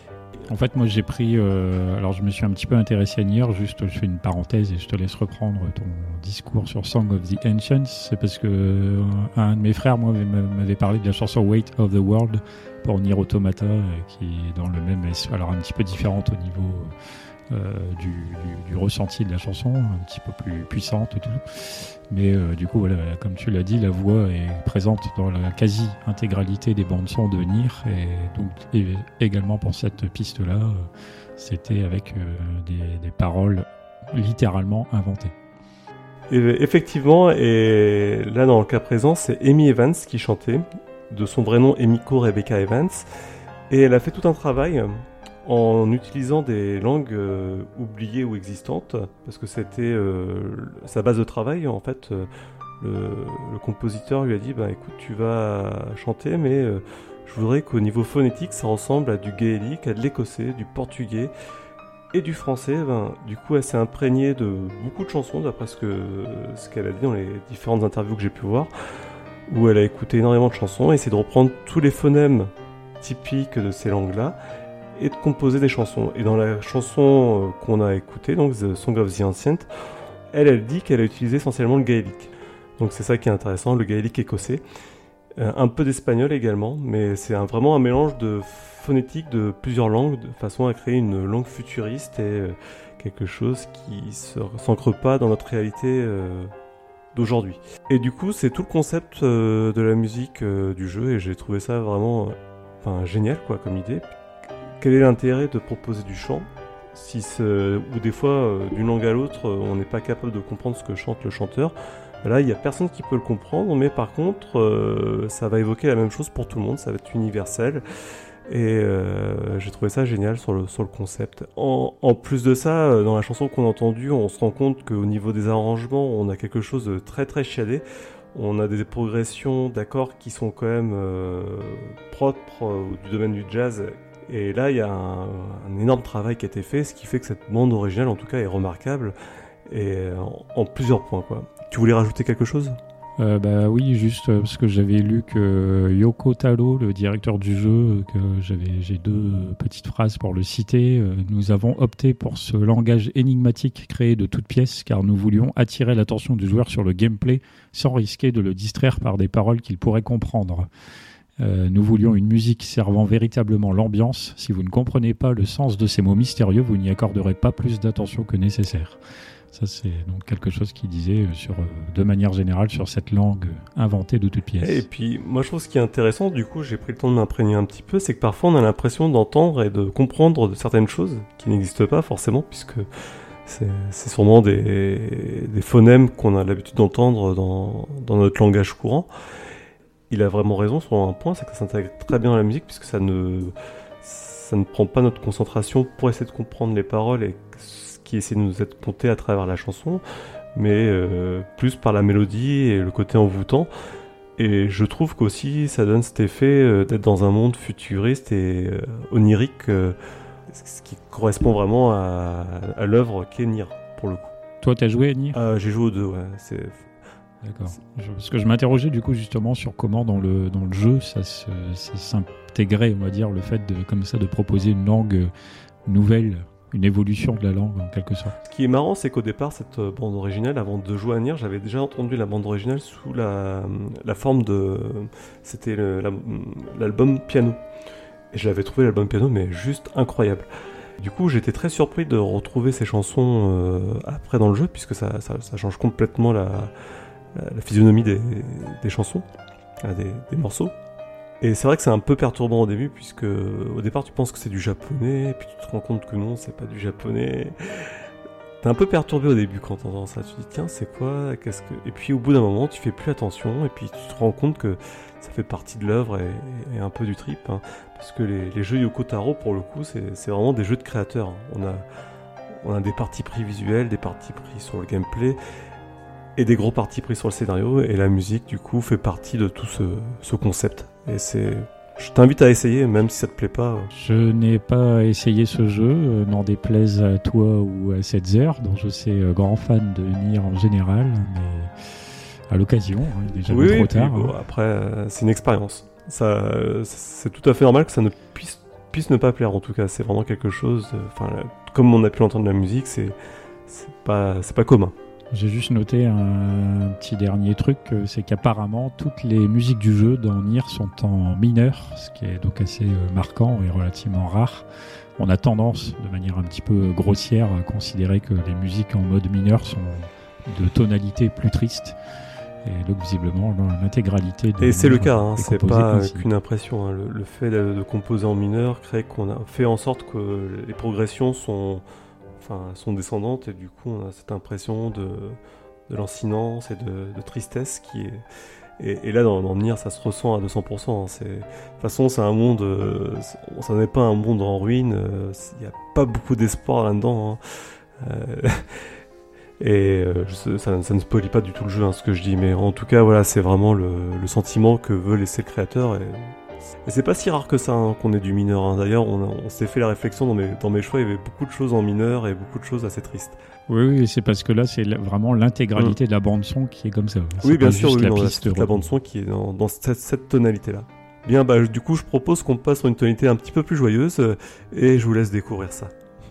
En fait, moi, j'ai pris... Euh, alors, je me suis un petit peu intéressé à Nier. Juste, je fais une parenthèse et je te laisse reprendre ton discours sur Song of the Ancients. C'est parce que euh, un de mes frères, moi, m'avait parlé de la chanson Weight of the World pour Nier Automata, euh, qui est dans le même... Alors, un petit peu différente au niveau euh, du, du, du ressenti de la chanson, un petit peu plus puissante et tout. Mais euh, du coup, voilà, comme tu l'as dit, la voix est présente dans la quasi-intégralité des bandes-sons de Nier. Et donc, et également pour cette piste-là, euh, c'était avec euh, des, des paroles littéralement inventées. Et effectivement, et là, dans le cas présent, c'est Amy Evans qui chantait, de son vrai nom Emiko Rebecca Evans. Et elle a fait tout un travail en utilisant des langues euh, oubliées ou existantes, parce que c'était euh, sa base de travail. En fait, euh, le, le compositeur lui a dit bah, « Écoute, tu vas chanter, mais euh, je voudrais qu'au niveau phonétique, ça ressemble à du gaélique, à de l'écossais, du portugais et du français. » Ben, du coup, elle s'est imprégnée de beaucoup de chansons, d'après ce, que, ce qu'elle a dit dans les différentes interviews que j'ai pu voir, où elle a écouté énormément de chansons et essayé de reprendre tous les phonèmes typiques de ces langues-là, et de composer des chansons. Et dans la chanson qu'on a écoutée, donc The Song of the Ancient, elle, elle dit qu'elle a utilisé essentiellement le gaélique. Donc c'est ça qui est intéressant, le gaélique écossais. Euh, un peu d'espagnol également, mais c'est un, vraiment un mélange de phonétique de plusieurs langues, de façon à créer une langue futuriste et euh, quelque chose qui ne s'ancre pas dans notre réalité euh, d'aujourd'hui. Et du coup, c'est tout le concept euh, de la musique euh, du jeu, et j'ai trouvé ça vraiment euh, enfin, génial quoi, comme idée. Quel est l'intérêt de proposer du chant si ce, ou des fois, euh, d'une langue à l'autre, euh, on n'est pas capable de comprendre ce que chante le chanteur. Là, il n'y a personne qui peut le comprendre, mais par contre, euh, ça va évoquer la même chose pour tout le monde, ça va être universel. Et euh, j'ai trouvé ça génial sur le, sur le concept. En, en plus de ça, euh, dans la chanson qu'on a entendue, on se rend compte qu'au niveau des arrangements, on a quelque chose de très très chiadé. On a des progressions d'accords qui sont quand même euh, propres euh, du domaine du jazz. Et là, il y a un, un énorme travail qui a été fait, ce qui fait que cette bande originale, en tout cas, est remarquable, et en, en plusieurs points, quoi. Tu voulais rajouter quelque chose ? euh, Bah oui, juste euh, parce que j'avais lu que Yoko Taro, le directeur du jeu, que j'avais, j'ai deux petites phrases pour le citer. Euh, nous avons opté pour ce langage énigmatique créé de toutes pièces, car nous voulions attirer l'attention du joueur sur le gameplay, sans risquer de le distraire par des paroles qu'il pourrait comprendre. Euh, nous voulions une musique servant véritablement l'ambiance. Si vous ne comprenez pas le sens de ces mots mystérieux, vous n'y accorderez pas plus d'attention que nécessaire. Ça, c'est donc quelque chose qu'il disait sur, de manière générale sur cette langue inventée de toutes pièces. Et puis, moi, je trouve ce qui est intéressant, du coup, j'ai pris le temps de m'imprégner un petit peu, c'est que parfois, on a l'impression d'entendre et de comprendre de certaines choses qui n'existent pas forcément, puisque c'est, c'est sûrement des, des phonèmes qu'on a l'habitude d'entendre dans, dans notre langage courant. Il a vraiment raison sur un point, c'est que ça s'intègre très bien à la musique, puisque ça ne, ça ne prend pas notre concentration pour essayer de comprendre les paroles et ce qui essaie de nous être conté à travers la chanson. mais euh, plus par la mélodie et le côté envoûtant. Et je trouve qu'aussi ça donne cet effet euh, d'être dans un monde futuriste et euh, onirique, euh, ce qui correspond vraiment à, à l'œuvre qu'est Nier, pour le coup. Toi, t'as joué à Nier ? Euh, j'ai joué aux deux, ouais. C'est... D'accord. Je- parce que je m'interrogeais du coup justement sur comment dans le, dans le jeu ça, se, ça s'intégrait, on va dire, le fait de, comme ça de proposer une langue euh, nouvelle, une évolution de la langue en quelque sorte. Ce qui est marrant, c'est qu'au départ, cette euh, bande originale, avant de jouer à Nier, j'avais déjà entendu la bande originale sous la, la forme de... C'était le- la- l'album piano. Et je l'avais trouvé, l'album piano, mais juste incroyable. Du coup, j'étais très surpris de retrouver ces chansons euh, après dans le jeu, puisque ça, ça, ça change complètement la, la, la physionomie des, des chansons, euh, des, des morceaux. Et c'est vrai que c'est un peu perturbant au début, puisque au départ tu penses que c'est du japonais, et puis tu te rends compte que non, c'est pas du japonais. T'es un peu perturbé au début quand t'entends ça, tu te dis tiens c'est quoi, qu'est-ce que... Et puis au bout d'un moment tu fais plus attention, et puis tu te rends compte que ça fait partie de l'œuvre et, et un peu du trip, hein, parce que les, les jeux Yoko Taro pour le coup c'est, c'est vraiment des jeux de créateurs. Hein. On a, on a des parties pris visuels, des parties pris sur le gameplay, et des gros parties pris sur le scénario, et la musique du coup fait partie de tout ce, ce concept. Et c'est... Je t'invite à essayer, même si ça te plaît pas. Je n'ai pas essayé ce jeu, euh, n'en déplaise à toi ou à Setzer, dont je sais euh, grand fan de Nier en général, mais à l'occasion, hein, il n'est jamais Oui, trop oui, puis, tard. bon, hein. après, euh, c'est une expérience. Ça, euh, c'est tout à fait normal que ça ne puisse, puisse ne pas plaire, en tout cas. C'est vraiment quelque chose... Enfin, comme on a pu l'entendre la musique, c'est, c'est, pas, c'est pas commun. J'ai juste noté un petit dernier truc, euh, c'est qu'apparemment toutes les musiques du jeu dans Nier sont en mineur, ce qui est donc assez euh, marquant et relativement rare. On a tendance, de manière un petit peu grossière, à considérer que les musiques en mode mineur sont de tonalité plus triste. Et donc visiblement, dans l'intégralité de Et c'est le Nier cas, hein, est c'est composée pas ainsi. qu'une impression. Hein. Le, le fait de, de composer en mineur crée qu'on a fait en sorte que les progressions sont, enfin, sont descendantes, et du coup on a cette impression de, de lancinance et de, de tristesse qui est... Et, et là dans, dans Nier ça se ressent à deux cents pour cent. Hein. C'est... De toute façon c'est un monde, euh, c'est- ça n'est pas un monde en ruine, il n'y a pas beaucoup d'espoir là-dedans. Hein. Euh, Et euh, je- ça, ça ne spoilie pas du tout le jeu, hein, ce que je dis, mais en tout cas, voilà, c'est vraiment le, le sentiment que veut laisser le créateur. Et, et c'est pas si rare que ça hein, qu'on ait du mineur. Hein. D'ailleurs, on, a- on s'est fait la réflexion dans mes, dans mes choix, il y avait beaucoup de choses en mineur et beaucoup de choses assez tristes. Oui, oui, c'est parce que là, c'est la- vraiment l'intégralité de la bande-son qui est comme ça. C'est oui, bien pas sûr, juste oui, la non, là, piste c'est toute la repos. bande-son qui est dans, dans cette, cette tonalité-là. Bien, bah, du coup, je propose qu'on passe sur une tonalité un petit peu plus joyeuse, euh, et je vous laisse découvrir ça.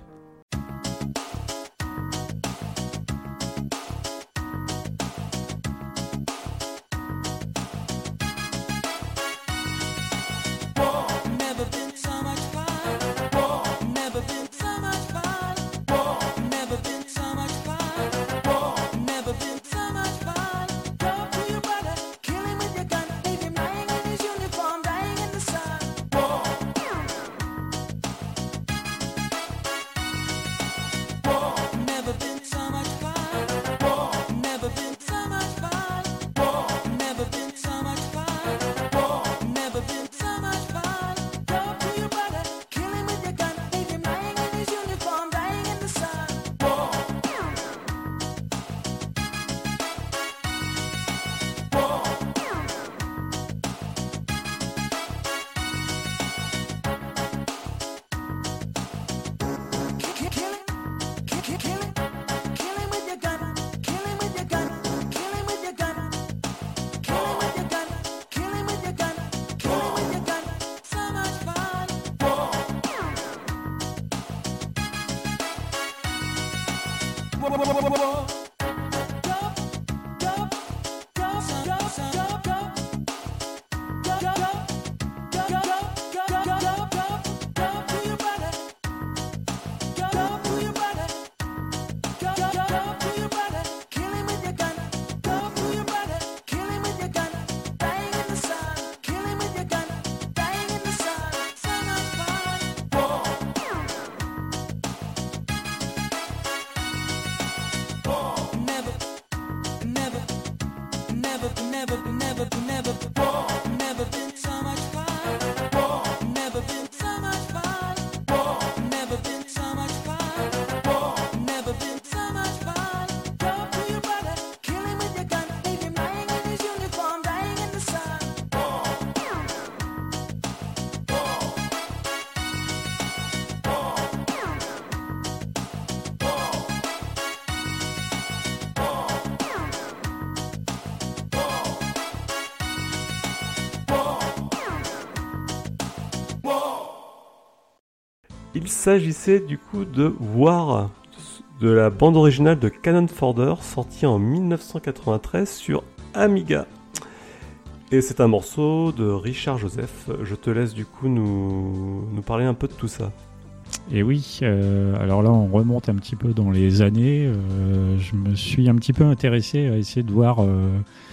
Never been so much fun. Never been so much fun. Never been so much fun. Never been so much fun. Go to your brother, kill him with your gun, leave him lying in his uniform, dying in the sun. Never been so much fun. Never been so much fun. Never been so much fun. Never been so much fun. Go to your brother, kill him with your gun, leave him lying in his uniform, dying in the sun. Kill, kill him, kill, kill, kill him, kill him with your gun, kill him with your gun, kill him with your gun, kill him with your gun, kill him with your gun, kill him with your gun. So much fun. Never, never, never, never, never, never, never been so much fun. Never been so much fun. Never been so much fun. Never been so much fun. Go to your brother. Il s'agissait du coup de War, de la bande originale de Cannon Fodder, sortie en dix-neuf cent quatre-vingt-treize sur Amiga. Et c'est un morceau de Richard Joseph. Je te laisse du coup nous, nous parler un peu de tout ça. Et oui, euh, alors là on remonte un petit peu dans les années. Euh, je me suis un petit peu intéressé à essayer de voir, euh,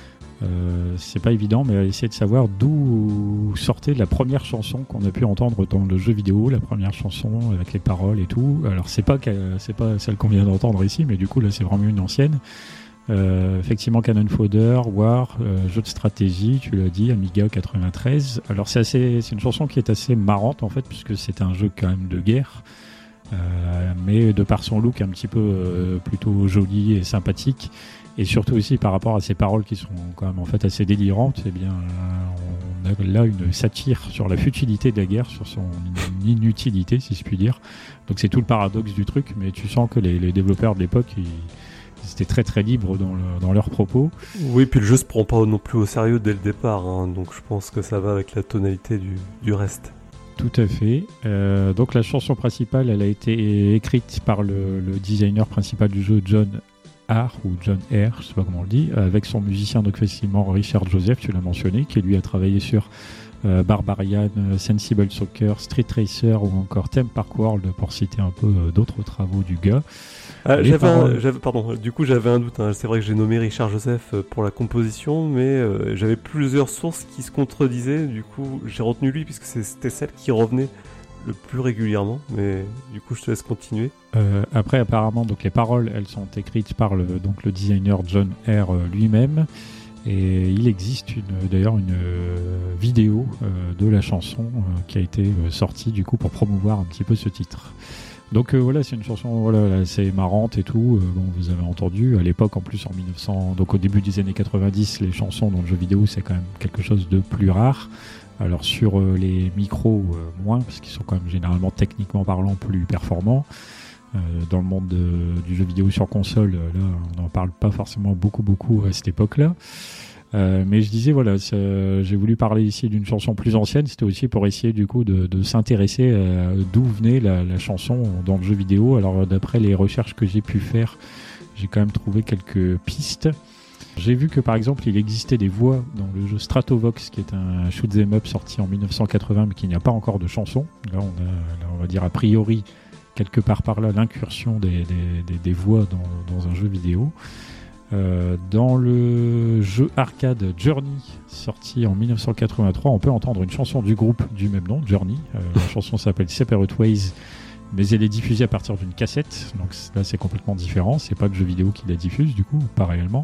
euh, c'est pas évident, mais à essayer de savoir d'où sortait la première chanson qu'on a pu entendre dans le jeu vidéo, la première chanson avec les paroles et tout. Alors c'est pas, c'est pas celle qu'on vient d'entendre ici, mais du coup là c'est vraiment une ancienne. Euh, effectivement, Cannon Fodder, War, euh, jeu de stratégie, tu l'as dit, Amiga quatre-vingt-treize. Alors c'est assez, c'est une chanson qui est assez marrante en fait, puisque c'est un jeu quand même de guerre, euh, mais de par son look un petit peu euh, plutôt joli et sympathique, et surtout aussi par rapport à ses paroles qui sont quand même en fait assez délirantes. Eh bien, euh, on a là une satire sur la futilité de la guerre, sur son inutilité, si je puis dire. Donc c'est tout le paradoxe du truc, mais tu sens que les, les développeurs de l'époque, ils c'était très très libre dans, le, dans leurs propos. Oui, puis le jeu se prend pas non plus au sérieux dès le départ, hein, donc je pense que ça va avec la tonalité du, du reste. Tout à fait. Euh, donc la chanson principale, elle a été écrite par le, le designer principal du jeu, John R, ou John R, je sais pas comment on le dit, avec son musicien, donc effectivement Richard Joseph, tu l'as mentionné, qui lui a travaillé sur euh, Barbarian, Sensible Soccer, Street Racer ou encore Theme Park World, pour citer un peu euh, d'autres travaux du gars. Ah, j'avais, paroles... un, j'avais, pardon, du coup j'avais un doute, hein. C'est vrai que j'ai nommé Richard Joseph pour la composition, mais euh, j'avais plusieurs sources qui se contredisaient, du coup j'ai retenu lui puisque c'était celle qui revenait le plus régulièrement, mais du coup je te laisse continuer. Euh, après apparemment donc les paroles elles sont écrites par le, donc, le designer John R lui-même, et il existe une, d'ailleurs une euh, vidéo euh, de la chanson euh, qui a été euh, sortie du coup pour promouvoir un petit peu ce titre. Donc euh, voilà, c'est une chanson voilà, assez marrante et tout. Euh, bon, vous avez entendu à l'époque, en plus en mille neuf cents, donc au début des années quatre-vingt-dix, les chansons dans le jeu vidéo c'est quand même quelque chose de plus rare. Alors sur euh, les micros euh, moins, parce qu'ils sont quand même généralement techniquement parlant plus performants. Euh, dans le monde de, du jeu vidéo sur console, là on n'en parle pas forcément beaucoup beaucoup à cette époque-là. Euh, mais je disais voilà, j'ai voulu parler ici d'une chanson plus ancienne, c'était aussi pour essayer du coup de, de s'intéresser à d'où venait la, la chanson dans le jeu vidéo. Alors d'après les recherches que j'ai pu faire, j'ai quand même trouvé quelques pistes. J'ai vu que par exemple il existait des voix dans le jeu Stratovox, qui est un shoot 'em up sorti en mille neuf cent quatre-vingts mais qui n'a pas encore de chanson. Là on a, là, on va dire a priori quelque part par là l'incursion des, des, des, des voix dans, dans un jeu vidéo. Euh, dans le jeu arcade Journey, sorti en mille neuf cent quatre-vingt-trois, on peut entendre une chanson du groupe du même nom, Journey. Euh, la chanson s'appelle Separate Ways, mais elle est diffusée à partir d'une cassette, donc là c'est complètement différent, c'est pas le jeu vidéo qui la diffuse du coup, pas réellement.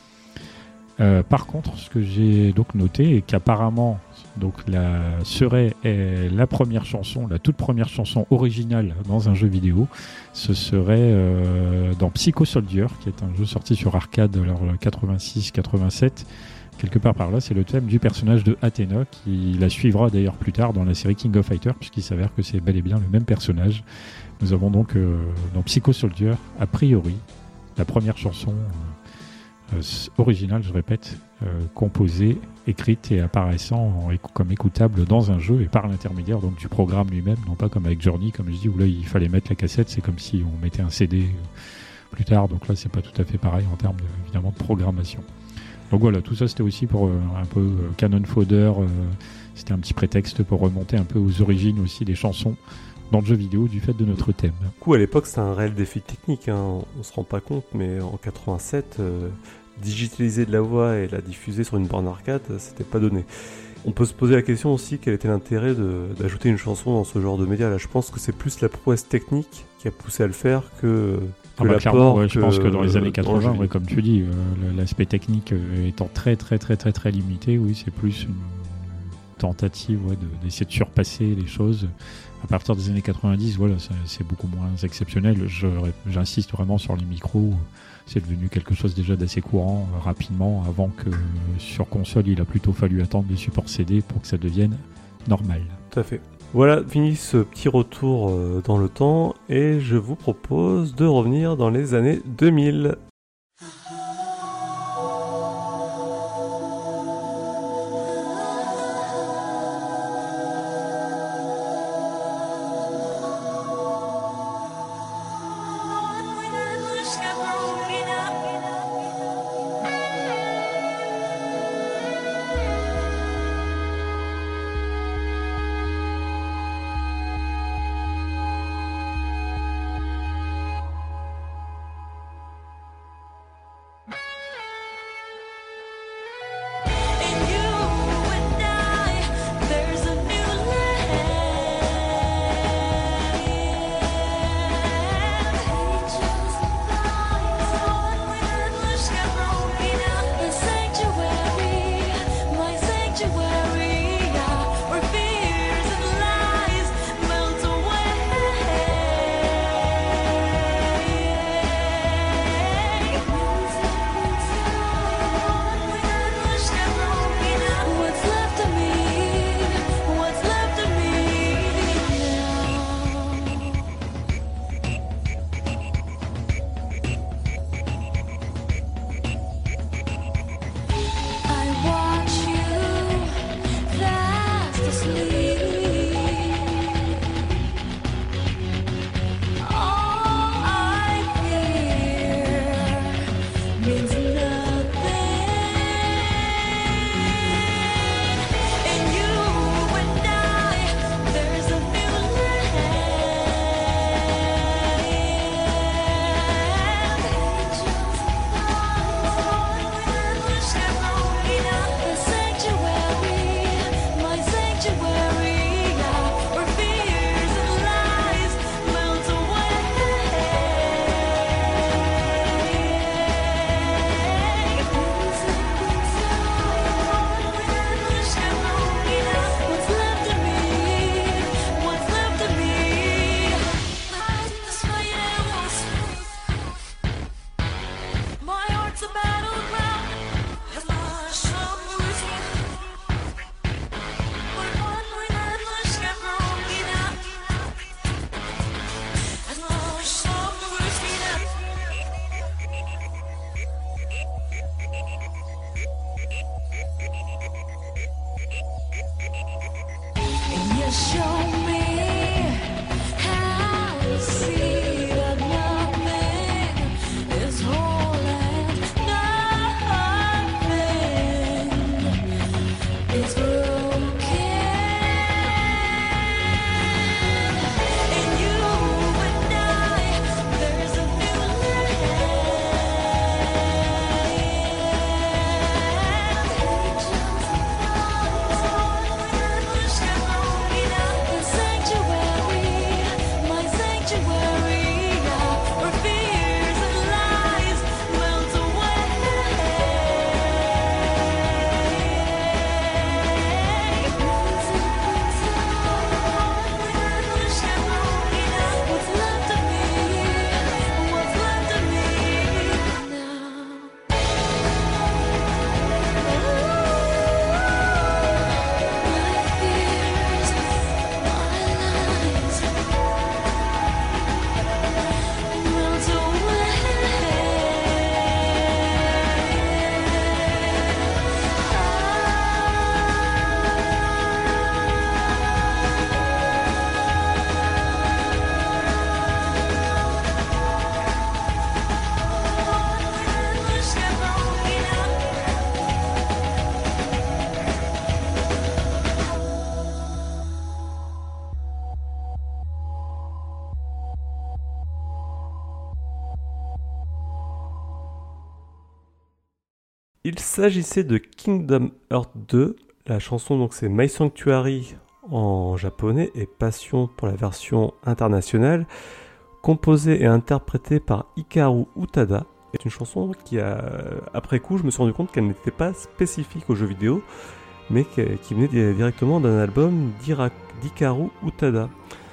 Euh, par contre, ce que j'ai donc noté est qu'apparemment donc la serait eh, la première chanson, la toute première chanson originale dans un jeu vidéo, ce serait euh, dans Psycho Soldier, qui est un jeu sorti sur arcade alors quatre-vingt-six quatre-vingt-sept. Quelque part par là, c'est le thème du personnage de Athena, qui la suivra d'ailleurs plus tard dans la série King of Fighters, puisqu'il s'avère que c'est bel et bien le même personnage. Nous avons donc euh, dans Psycho Soldier, a priori, la première chanson euh, euh, originale, je répète, euh, composée, écrite et apparaissant en, comme écoutable dans un jeu et par l'intermédiaire donc du programme lui-même, non pas comme avec Journey, comme je dis, où là il fallait mettre la cassette, c'est comme si on mettait un C D plus tard, donc là c'est pas tout à fait pareil en termes de, évidemment de programmation. Donc voilà, tout ça c'était aussi pour euh, un peu euh, Cannon Fodder, euh, c'était un petit prétexte pour remonter un peu aux origines aussi des chansons dans le jeu vidéo du fait de notre thème. Du coup à l'époque c'était un réel défi technique, hein. On se rend pas compte, mais en quatre-vingt-sept, euh, digitaliser de la voix et la diffuser sur une borne arcade, c'était pas donné. On peut se poser la question aussi, quel était l'intérêt de, d'ajouter une chanson dans ce genre de média. Là je pense que c'est plus la prouesse technique qui a poussé à le faire que... Ah bah clairement, ouais, je pense que dans les années quatre-vingts, ouais, comme tu dis, euh, l'aspect technique euh, étant très très très très très limité, oui, c'est plus une tentative ouais, de, d'essayer de surpasser les choses. À partir des années quatre-vingt-dix, voilà, c'est, c'est beaucoup moins exceptionnel. Je, j'insiste vraiment sur les micros. C'est devenu quelque chose déjà d'assez courant euh, rapidement, avant que euh, sur console, il a plutôt fallu attendre les supports C D pour que ça devienne normal. Tout à fait. Voilà, fini ce petit retour euh, dans le temps, et je vous propose de revenir dans les années deux mille. Il s'agissait de Kingdom Hearts deux. La chanson, donc, c'est My Sanctuary en japonais et Passion pour la version internationale, composée et interprétée par Hikaru Utada. C'est une chanson qui, a, après coup, je me suis rendu compte qu'elle n'était pas spécifique aux jeux vidéo, mais qui, qui venait directement d'un album d'Ira- d'Hikaru Utada.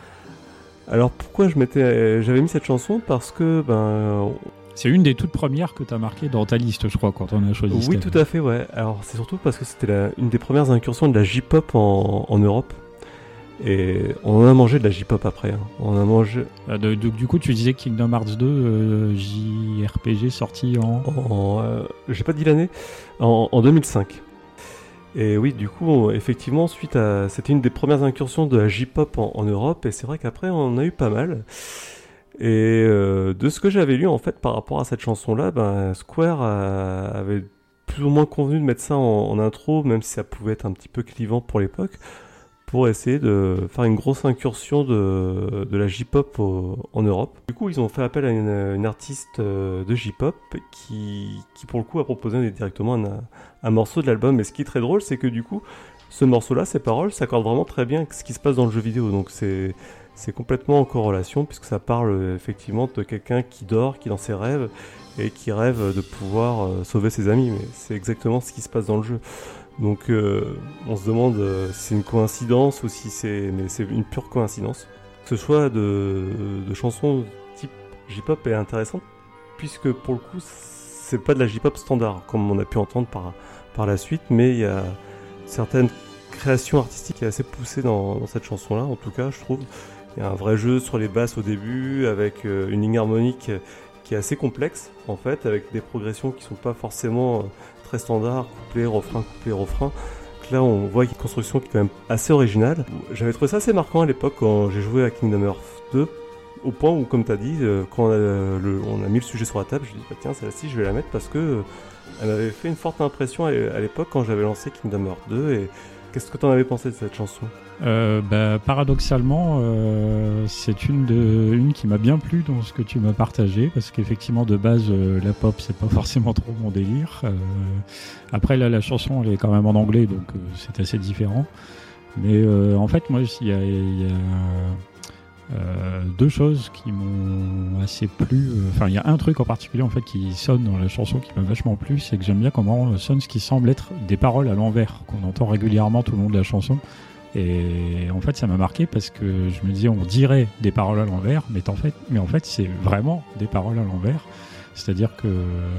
Alors pourquoi je m'étais, j'avais mis cette chanson? Parce que ben, C'est une des toutes premières que tu as marquées dans ta liste, je crois, quand on a choisi. oui, ce tout à fait, ouais. Alors c'est surtout parce que c'était la- une des premières incursions de la J-pop en, en Europe. Et on en a mangé de la J-pop après. hein. On a mangé Euh, de- de- du coup, tu disais Kingdom Hearts deux, euh, J R P G sorti en... en, euh, j'ai pas dit l'année, en, en deux mille cinq. Et oui, du coup, on- effectivement, suite à, c'était une des premières incursions de la J-pop en, en Europe, et c'est vrai qu'après, on en a eu pas mal. Et euh, de ce que j'avais lu, en fait, par rapport à cette chanson-là, ben, Square a- avait plus ou moins convenu de mettre ça en, en intro, même si ça pouvait être un petit peu clivant pour l'époque, pour essayer de faire une grosse incursion de, de la J-pop au- en Europe. Du coup, ils ont fait appel à une, une artiste euh, de J-pop qui, qui, pour le coup, a proposé directement un, un morceau de l'album. Et ce qui est très drôle, c'est que du coup, ce morceau-là, ses paroles s'accordent vraiment très bien avec ce qui se passe dans le jeu vidéo. Donc c'est, c'est complètement en corrélation, puisque ça parle euh, effectivement de quelqu'un qui dort, qui est dans ses rêves, et qui rêve de pouvoir euh, sauver ses amis. Mais c'est exactement ce qui se passe dans le jeu. Donc euh, on se demande euh, si c'est une coïncidence ou si c'est... Mais c'est une pure coïncidence. Ce choix de, de chansons type J-pop est intéressant, puisque pour le coup, c'est pas de la J-pop standard, comme on a pu entendre par, par la suite, mais il y a certaines créations artistiques assez poussées dans, dans cette chanson-là, en tout cas, je trouve. Il y a un vrai jeu sur les basses au début, avec euh, une ligne harmonique qui est assez complexe, en fait, avec des progressions qui sont pas forcément... Euh, très standard, couplet, refrain, couplet, refrain. Donc là, on voit qu'il y a une construction qui est quand même assez originale. J'avais trouvé ça assez marquant à l'époque quand j'ai joué à Kingdom Hearts deux, au point où, comme tu as dit, euh, quand on a, le, on a mis le sujet sur la table, je me dis bah, tiens, celle-ci, je vais la mettre parce que euh, elle m'avait fait une forte impression à à l'époque quand j'avais lancé Kingdom Hearts deux. Et qu'est-ce que tu en avais pensé de cette chanson? Euh, bah, paradoxalement, euh, c'est une, de, une qui m'a bien plu dans ce que tu m'as partagé, parce qu'effectivement, de base, euh, la pop, c'est pas forcément trop mon délire. Euh, après, là, la chanson, elle est quand même en anglais, donc euh, c'est assez différent. Mais euh, en fait, moi, il y a, il y a euh, deux choses qui m'ont assez plu. Enfin, il y a un truc en particulier, en fait, qui sonne dans la chanson qui m'a vachement plu, c'est que j'aime bien comment sonne ce qui semble être des paroles à l'envers, qu'on entend régulièrement tout le long de la chanson. Et en fait, ça m'a marqué parce que je me disais, on dirait des paroles à l'envers, mais en fait, mais en fait, c'est vraiment des paroles à l'envers. C'est-à-dire que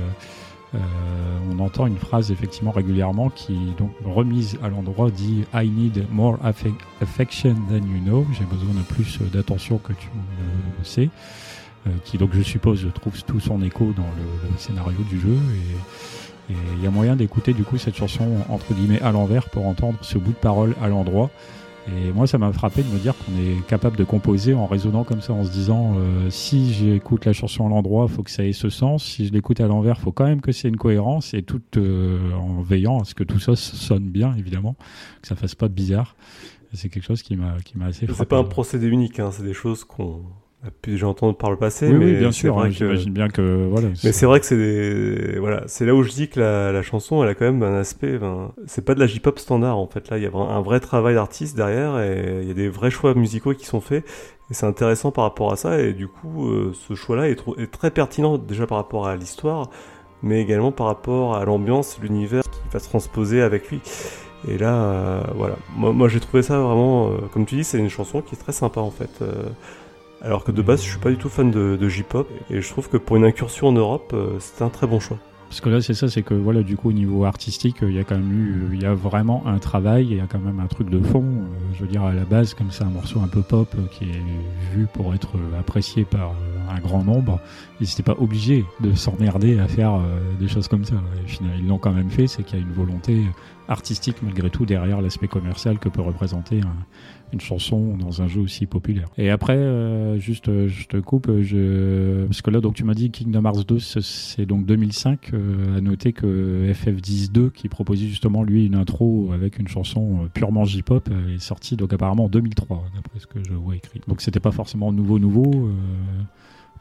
euh, on entend une phrase effectivement régulièrement qui, donc remise à l'endroit, dit I need more affe- affection than you know. J'ai besoin de plus d'attention que tu le sais. Euh, qui donc, je suppose, trouve tout son écho dans le, le scénario du jeu. Et Et il y a moyen d'écouter du coup cette chanson entre guillemets à l'envers pour entendre ce bout de parole à l'endroit. Et moi, ça m'a frappé de me dire qu'on est capable de composer en raisonnant comme ça, en se disant euh, si j'écoute la chanson à l'endroit, il faut que ça ait ce sens. Si je l'écoute à l'envers, il faut quand même que c'est une cohérence, et tout euh, en veillant à ce que tout ça sonne bien, évidemment, que ça fasse pas de bizarre. Et c'est quelque chose qui m'a qui m'a assez frappé. C'est pas un procédé unique, hein, c'est des choses qu'on a pu déjà entendre par le passé. Oui, mais oui, bien c'est sûr. vrai Hein, que... J'imagine bien que voilà. Mais c'est vrai que c'est des... voilà, c'est là où je dis que la, la chanson, elle a quand même un aspect. Ben... C'est pas de la J-pop standard en fait. Là, il y a un vrai travail d'artiste derrière, et il y a des vrais choix musicaux qui sont faits. Et c'est intéressant par rapport à ça. Et du coup, euh, ce choix-là est, trop... est très pertinent déjà par rapport à l'histoire, mais également par rapport à l'ambiance, l'univers qui va se transposer avec lui. Et là, euh, voilà. Moi, moi, j'ai trouvé ça vraiment, euh, comme tu dis, c'est une chanson qui est très sympa en fait. Euh... Alors que de base, je suis pas du tout fan de, de J-pop, et je trouve que pour une incursion en Europe, euh, c'était un très bon choix. Parce que là, c'est ça, c'est que voilà, du coup, au niveau artistique, il y a quand même eu, il y a vraiment un travail, il y a quand même un truc de fond. Euh, je veux dire, à la base, comme c'est un morceau un peu pop euh, qui est vu pour être euh, apprécié par euh, un grand nombre, ils n'étaient pas obligés de s'emmerder à faire euh, des choses comme ça. Et finalement, ils l'ont quand même fait, c'est qu'il y a une volonté artistique malgré tout derrière l'aspect commercial que peut représenter un, une chanson dans un jeu aussi populaire. Et après, euh, juste, euh, je te coupe, je... parce que là, donc tu m'as dit Kingdom Hearts deux, c'est donc deux mille cinq. Euh, à noter que F F dix deux, qui proposait justement lui une intro avec une chanson purement J-pop, est sorti donc apparemment en deux mille trois, d'après ce que je vois écrit. Donc c'était pas forcément nouveau nouveau. Euh...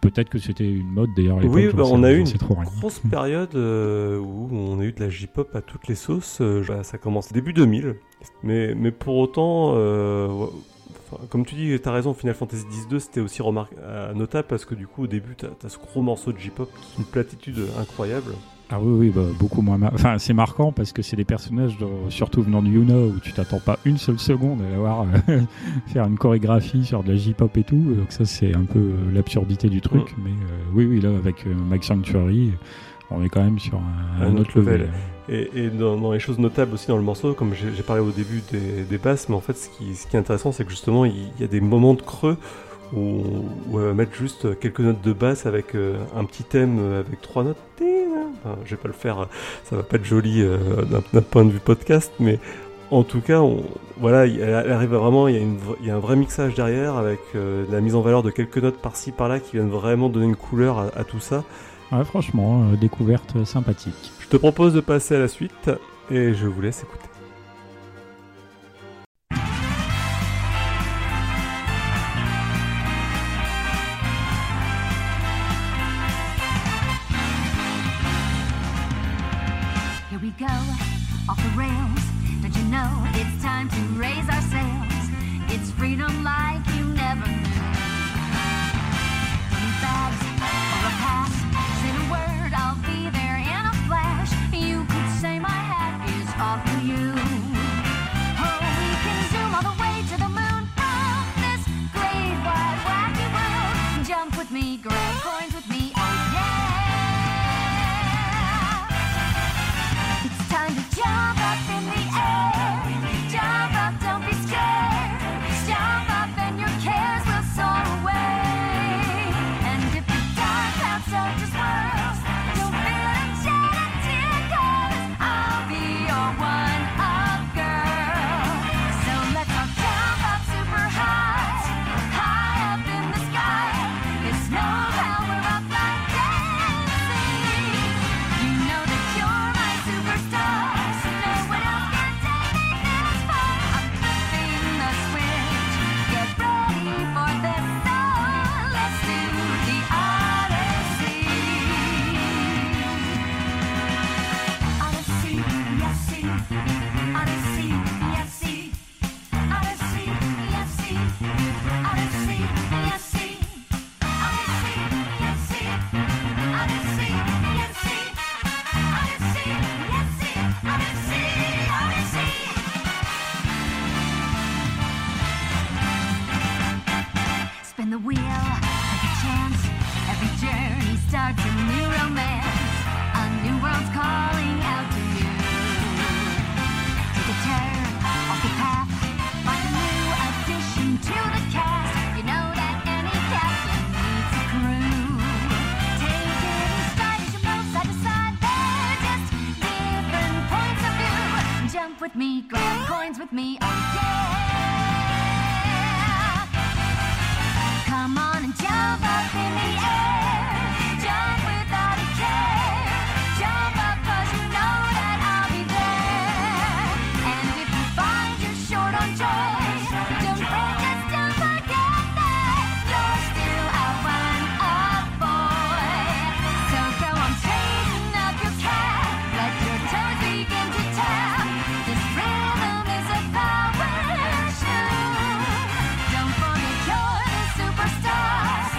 peut-être que c'était une mode d'ailleurs à l'époque. Oui, j'en bah, sais- on a eu j'en une sais trop rien. grosse période euh, où on a eu de la J-pop à toutes les sauces. Euh, bah, ça commence début deux mille. Mais, mais pour autant, euh, ouais, enfin, comme tu dis, t'as raison, Final Fantasy X deux, c'était aussi remar- euh, notable parce que du coup, au début, t'as, t'as ce gros morceau de J-pop qui est une platitude incroyable. Ah oui, oui, bah, beaucoup moins. mar- Enfin, c'est marquant parce que c'est des personnages, de- surtout venant de Yuna, où tu t'attends pas une seule seconde à la voir euh, faire une chorégraphie sur de la J-pop et tout. Donc ça, c'est un peu euh, l'absurdité du truc. Mais euh, oui, oui, là, avec euh, Mike Sanctuary, on est quand même sur un, Un un autre level. Et, et dans, dans les choses notables aussi dans le morceau, comme j'ai, j'ai parlé au début des, des basses, mais en fait, ce qui, ce qui est intéressant, c'est que justement, il, il y a des moments de creux où, où elle va mettre juste quelques notes de basse avec euh, un petit thème euh, avec trois notes. Enfin, je vais pas le faire, ça va pas être joli euh, d'un, d'un point de vue podcast, mais en tout cas, on, voilà, il- elle, elle arrive vraiment, il y, a une, v- il y a un vrai mixage derrière avec euh, de la mise en valeur de quelques notes par-ci par-là qui viennent vraiment donner une couleur à, à tout ça. Ouais, franchement, euh, découverte sympathique. Je te propose de passer à la suite et je vous laisse écouter. Here we go, off the rails. Don't you know it's time to raise our sails? It's freedom like you never knew. Any bags or a pass, say the word, I'll be there in a flash. You could say my hat is off for you. Oh, we can zoom all the way to the moon from this great wide wacky world. Jump with me, grab coins with me, oh yeah. It's time to jump up in the air. Jump up, don't be scared. Jump up and your cares will soar away. And if the dark clouds start to swirl, don't feel a shed a tear, 'cause I'll be your one-up girl. So let's all jump up super high, high up in the sky. There's no power up like dancing. You know that you're my superstar, so no one else can take me this far. I'm flipping the switch, get ready for this, so let's do the Odyssey. Odyssey, yes, see. Odyssey, yes, see. Odyssey, yes, see. Odyssey, yes, see. Odyssey, yes, see. Odyssey, yes, see. Odyssey, yes, see. Odyssey, Odyssey. Spin the wheel, take a chance. Every journey starts a new romance. A new world's calling out to you. Take a turn off the path. Find a new addition to the cast. You know that any captain needs a crew. Take it in stride as you move side to side. They're just different points of view. Jump with me, grab coins with me, oh yeah. Come on and jump up in the air. Jump without a care. Jump up 'cause you know that I'll be there. And if you find you're short on joy, don't break us, don't forget that you're still a one-up boy. So go on, straighten up your cap. Let your toes begin to tap. This rhythm is a power shoe. Don't forget you're the superstar.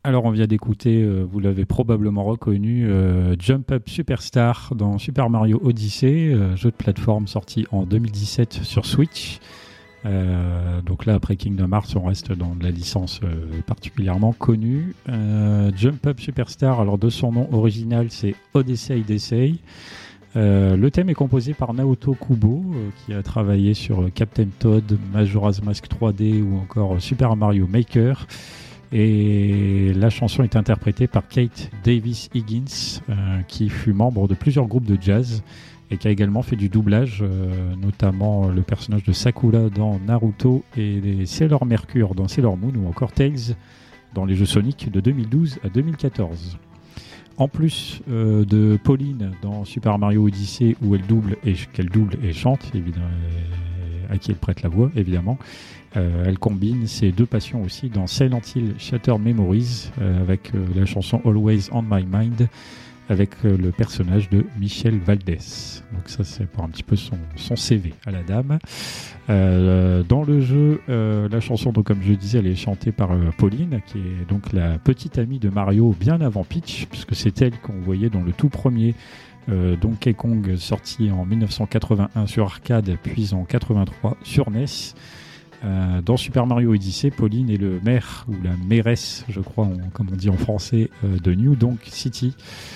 Alors on vient d'écouter, euh, vous l'avez probablement reconnu, euh, Jump Up Superstar dans Super Mario Odyssey, euh, jeu de plateforme sorti en deux mille dix-sept sur Switch. Euh, donc là, après Kingdom Hearts, on reste dans de la licence euh, particulièrement connue. Euh, Jump Up Superstar, alors de son nom original, c'est Odyssey Odyssey. Euh, le thème est composé par Naoto Kubo, euh, qui a travaillé sur euh, Captain Toad, Majora's Mask trois D ou encore euh, Super Mario Maker. Et la chanson est interprétée par Kate Davis Higgins, euh, qui fut membre de plusieurs groupes de jazz et qui a également fait du doublage, euh, notamment le personnage de Sakura dans Naruto et les Sailor Mercure dans Sailor Moon ou encore Tails dans les jeux Sonic de deux mille douze à deux mille quatorze. En plus euh, de Pauline dans Super Mario Odyssey où elle double et qu'elle double et chante, évidemment, à qui elle prête la voix, évidemment. Euh, elle combine ses deux passions aussi dans Silent Hill Shattered Memories euh, avec euh, la chanson Always on My Mind avec euh, le personnage de Michel Valdés. Donc ça c'est pour un petit peu son, son C V à la dame. Euh, dans le jeu, euh, la chanson, donc, comme je disais, elle est chantée par euh, Pauline, qui est donc la petite amie de Mario bien avant Peach, puisque c'est elle qu'on voyait dans le tout premier euh, Donkey Kong sorti en dix-neuf cent quatre-vingt-un sur arcade, puis en quatre-vingt-trois sur N E S. Euh, dans Super Mario Odyssey, Pauline est le maire ou la mairesse, je crois, en, comme on dit en français, euh, de New Donk City.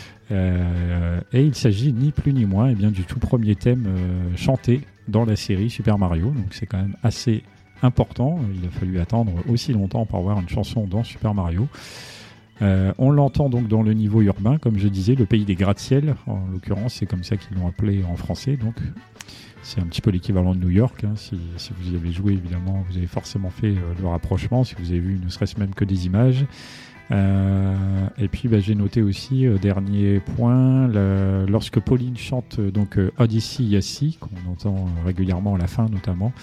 Euh, et il s'agit ni plus ni moins eh bien, du tout premier thème euh, chanté dans la série Super Mario. Donc c'est quand même assez important. Il a fallu attendre aussi longtemps pour avoir une chanson dans Super Mario. Euh, on l'entend donc dans le niveau urbain, comme je disais, le pays des gratte-ciel. En l'occurrence, c'est comme ça qu'ils l'ont appelé en français. Donc c'est un petit peu l'équivalent de New York. Hein. Si, si vous y avez joué, évidemment, vous avez forcément fait euh, le rapprochement. Si vous avez vu ne serait-ce même que des images. Euh, et puis bah, j'ai noté aussi, euh, dernier point, la, lorsque Pauline chante euh, donc euh, Odyssey Yassi, qu'on entend euh, régulièrement à la fin notamment,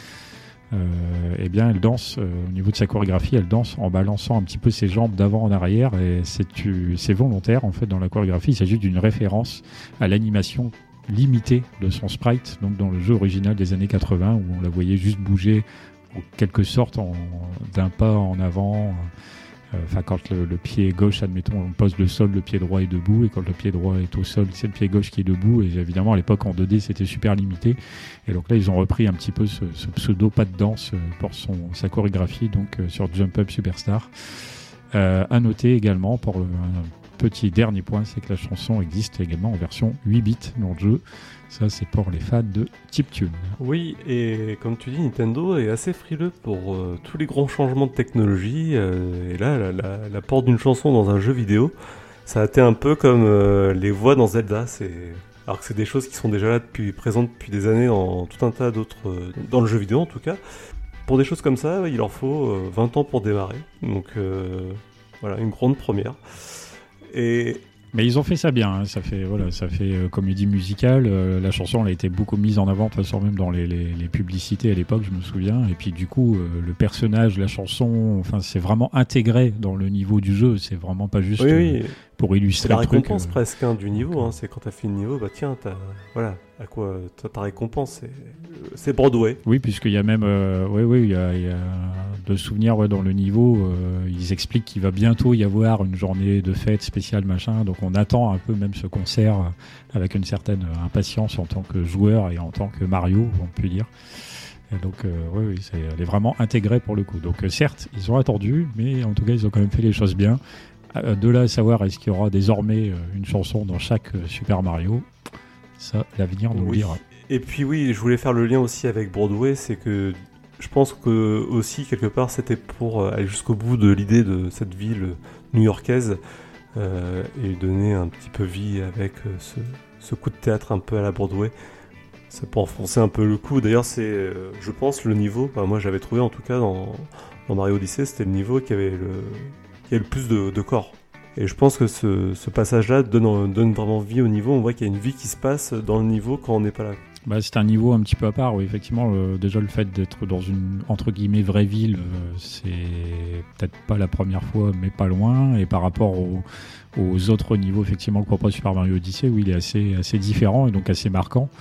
euh, eh bien elle danse, euh, au niveau de sa chorégraphie, elle danse en balançant un petit peu ses jambes d'avant en arrière, et c'est, c'est volontaire en fait dans la chorégraphie. Il s'agit d'une référence à l'animation limitée de son sprite, donc dans le jeu original des années quatre-vingts, où on la voyait juste bouger en quelque sorte en, d'un pas en avant. Enfin, quand le, le pied gauche, admettons, on pose le sol, le pied droit est debout, et quand le pied droit est au sol, c'est le pied gauche qui est debout. Et évidemment, à l'époque, en deux D, c'était super limité. Et donc là, ils ont repris un petit peu ce, ce pseudo pas de danse pour son, sa chorégraphie, donc euh, sur Jump Up Superstar. Euh, à noter également, pour le, un petit dernier point, c'est que la chanson existe également en version huit bits dans le jeu. Ça, c'est pour les fans de chiptune. Oui, et comme tu dis, Nintendo est assez frileux pour euh, tous les grands changements de technologie. Euh, et là, la, la, l'apport d'une chanson dans un jeu vidéo, ça a été un peu comme euh, les voix dans Zelda. C'est... Alors que c'est des choses qui sont déjà là depuis, présentes depuis des années dans tout un tas d'autres... Euh, dans le jeu vidéo, en tout cas. Pour des choses comme ça, il leur faut euh, vingt ans pour démarrer. Donc, euh, voilà, une grande première. Et... Mais ils ont fait ça bien, hein. ça fait voilà, ça fait euh, comédie musicale. Euh, la chanson, elle a été beaucoup mise en avant, de toute façon même dans les, les, les publicités à l'époque, je me souviens. Et puis du coup, euh, le personnage, la chanson, enfin, c'est vraiment intégré dans le niveau du jeu. C'est vraiment pas juste oui, euh, oui. pour illustrer c'est la le truc. récompense euh, presque hein, du niveau. Hein. C'est quand t'as fait le niveau, bah tiens, t'as voilà, à quoi t'as ta récompense, c'est, c'est Broadway. Oui, puisqu'il y a même, euh, oui, oui, il y a, il y a de souvenirs ouais, dans le niveau. Euh, ils expliquent qu'il va bientôt y avoir une journée de fête spéciale, machin. Donc on attend un peu même ce concert avec une certaine impatience en tant que joueur et en tant que Mario, on peut dire. Et donc, euh, oui, oui, c'est, elle est vraiment intégrée pour le coup. Donc, euh, certes, ils ont attendu, mais en tout cas, ils ont quand même fait les choses bien. Euh, de là à savoir, est-ce qu'il y aura désormais euh, une chanson dans chaque euh, Super Mario ? Ça, l'avenir nous le Oui. dira. Et puis oui, je voulais faire le lien aussi avec Broadway, c'est que je pense que aussi quelque part c'était pour aller jusqu'au bout de l'idée de cette ville new-yorkaise euh, et donner un petit peu vie avec ce, ce coup de théâtre un peu à la Broadway. C'est pour enfoncer un peu le coup. D'ailleurs, c'est, euh, je pense, le niveau. Bah, moi, j'avais trouvé en tout cas dans, dans Mario Odyssey, c'était le niveau qui avait le, qui avait le plus de, de corps. Et je pense que ce, ce passage-là donne, donne vraiment vie au niveau. On voit qu'il y a une vie qui se passe dans le niveau quand on n'est pas là. Bah, c'est un niveau un petit peu à part, oui, effectivement. Euh, déjà, le fait d'être dans une, entre guillemets, vraie ville, euh, c'est peut-être pas la première fois, mais pas loin. Et par rapport au, aux autres niveaux, effectivement, que propose Super Mario Odyssey, oui, il est assez, assez différent et donc assez marquant.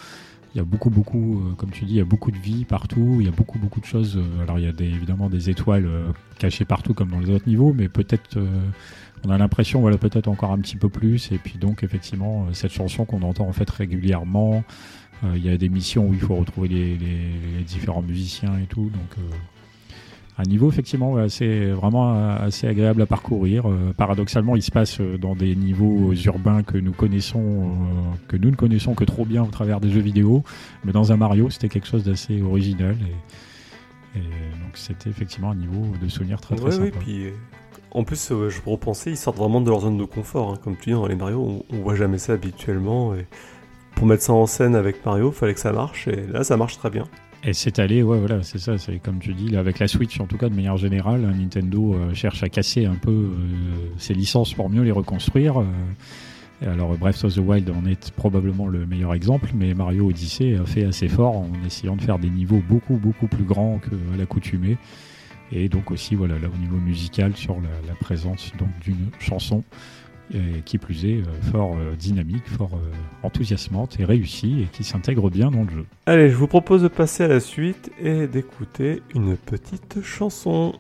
Il y a beaucoup, beaucoup, euh, comme tu dis, il y a beaucoup de vie partout, il y a beaucoup, beaucoup de choses. euh, alors, il y a des, évidemment des étoiles euh, cachées partout comme dans les autres niveaux, mais peut-être, euh, on a l'impression, voilà, peut-être encore un petit peu plus. Et puis donc, effectivement, euh, cette chanson qu'on entend en fait régulièrement, euh, il y a des missions où il faut retrouver les, les- les différents musiciens et tout. Donc, euh, un niveau effectivement ouais, assez, vraiment euh, assez agréable à parcourir. Euh, paradoxalement, il se passe euh, dans des niveaux urbains que nous connaissons, euh, que nous ne connaissons que trop bien au travers des jeux vidéo. Mais dans un Mario, c'était quelque chose d'assez original. Et, et donc, c'était effectivement un niveau de souvenir très très Ouais, sympa. oui, puis euh, en plus, euh, je repensais, ils sortent vraiment de leur zone de confort. Hein. Comme tu dis, dans les Mario, on, on voit jamais ça habituellement. Et pour mettre ça en scène avec Mario, fallait que ça marche. Et là, ça marche très bien. Et c'est allé, ouais, voilà, c'est ça, c'est comme tu dis, là, avec la Switch en tout cas, de manière générale, Nintendo euh, cherche à casser un peu euh, ses licences pour mieux les reconstruire. euh, et alors, Breath of the Wild en est probablement le meilleur exemple, mais Mario Odyssey a fait assez fort en essayant de faire des niveaux beaucoup, beaucoup plus grands qu'à l'accoutumée. Et donc aussi, voilà, là, au niveau musical, sur la, la présence donc, d'une chanson et qui plus est, euh, fort euh, dynamique, fort euh, enthousiasmante et réussie, et qui s'intègre bien dans le jeu. Allez, je vous propose de passer à la suite et d'écouter une petite chanson.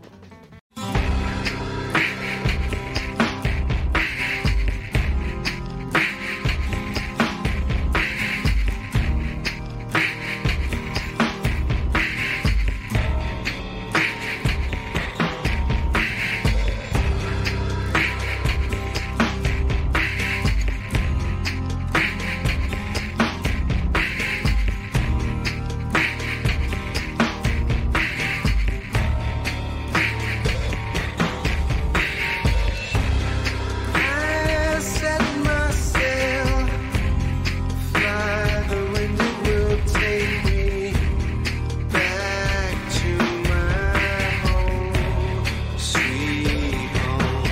I set my sail, fly the wind it will take me back to my home, sweet home.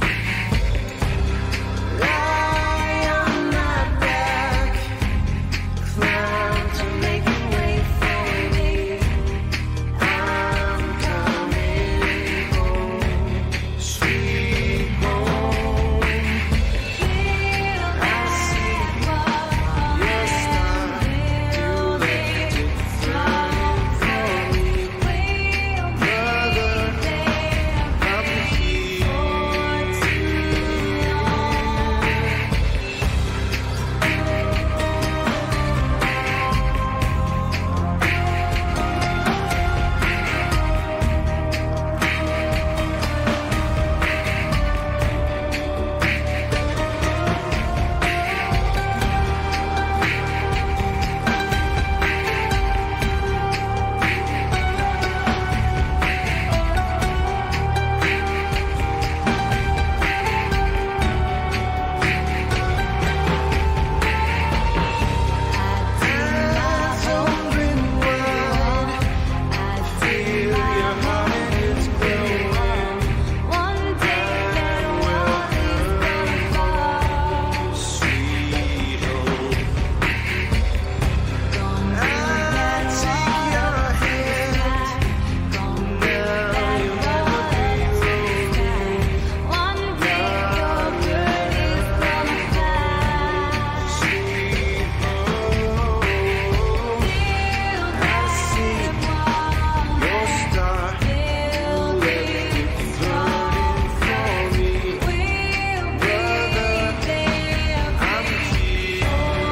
Lie on my back, cloud to make a way for me. I'm coming home, sweet home. I see your star, you left it floating for me, brother. I'm here eyes open wide. I feel your heart and it's growing. One day that wall is gonna fall. Sweet home. I take your hand, now you'll never be alone. One day your bird is gonna fly. Sweet home. I see your star, you left it floating for me, brother. I'm here.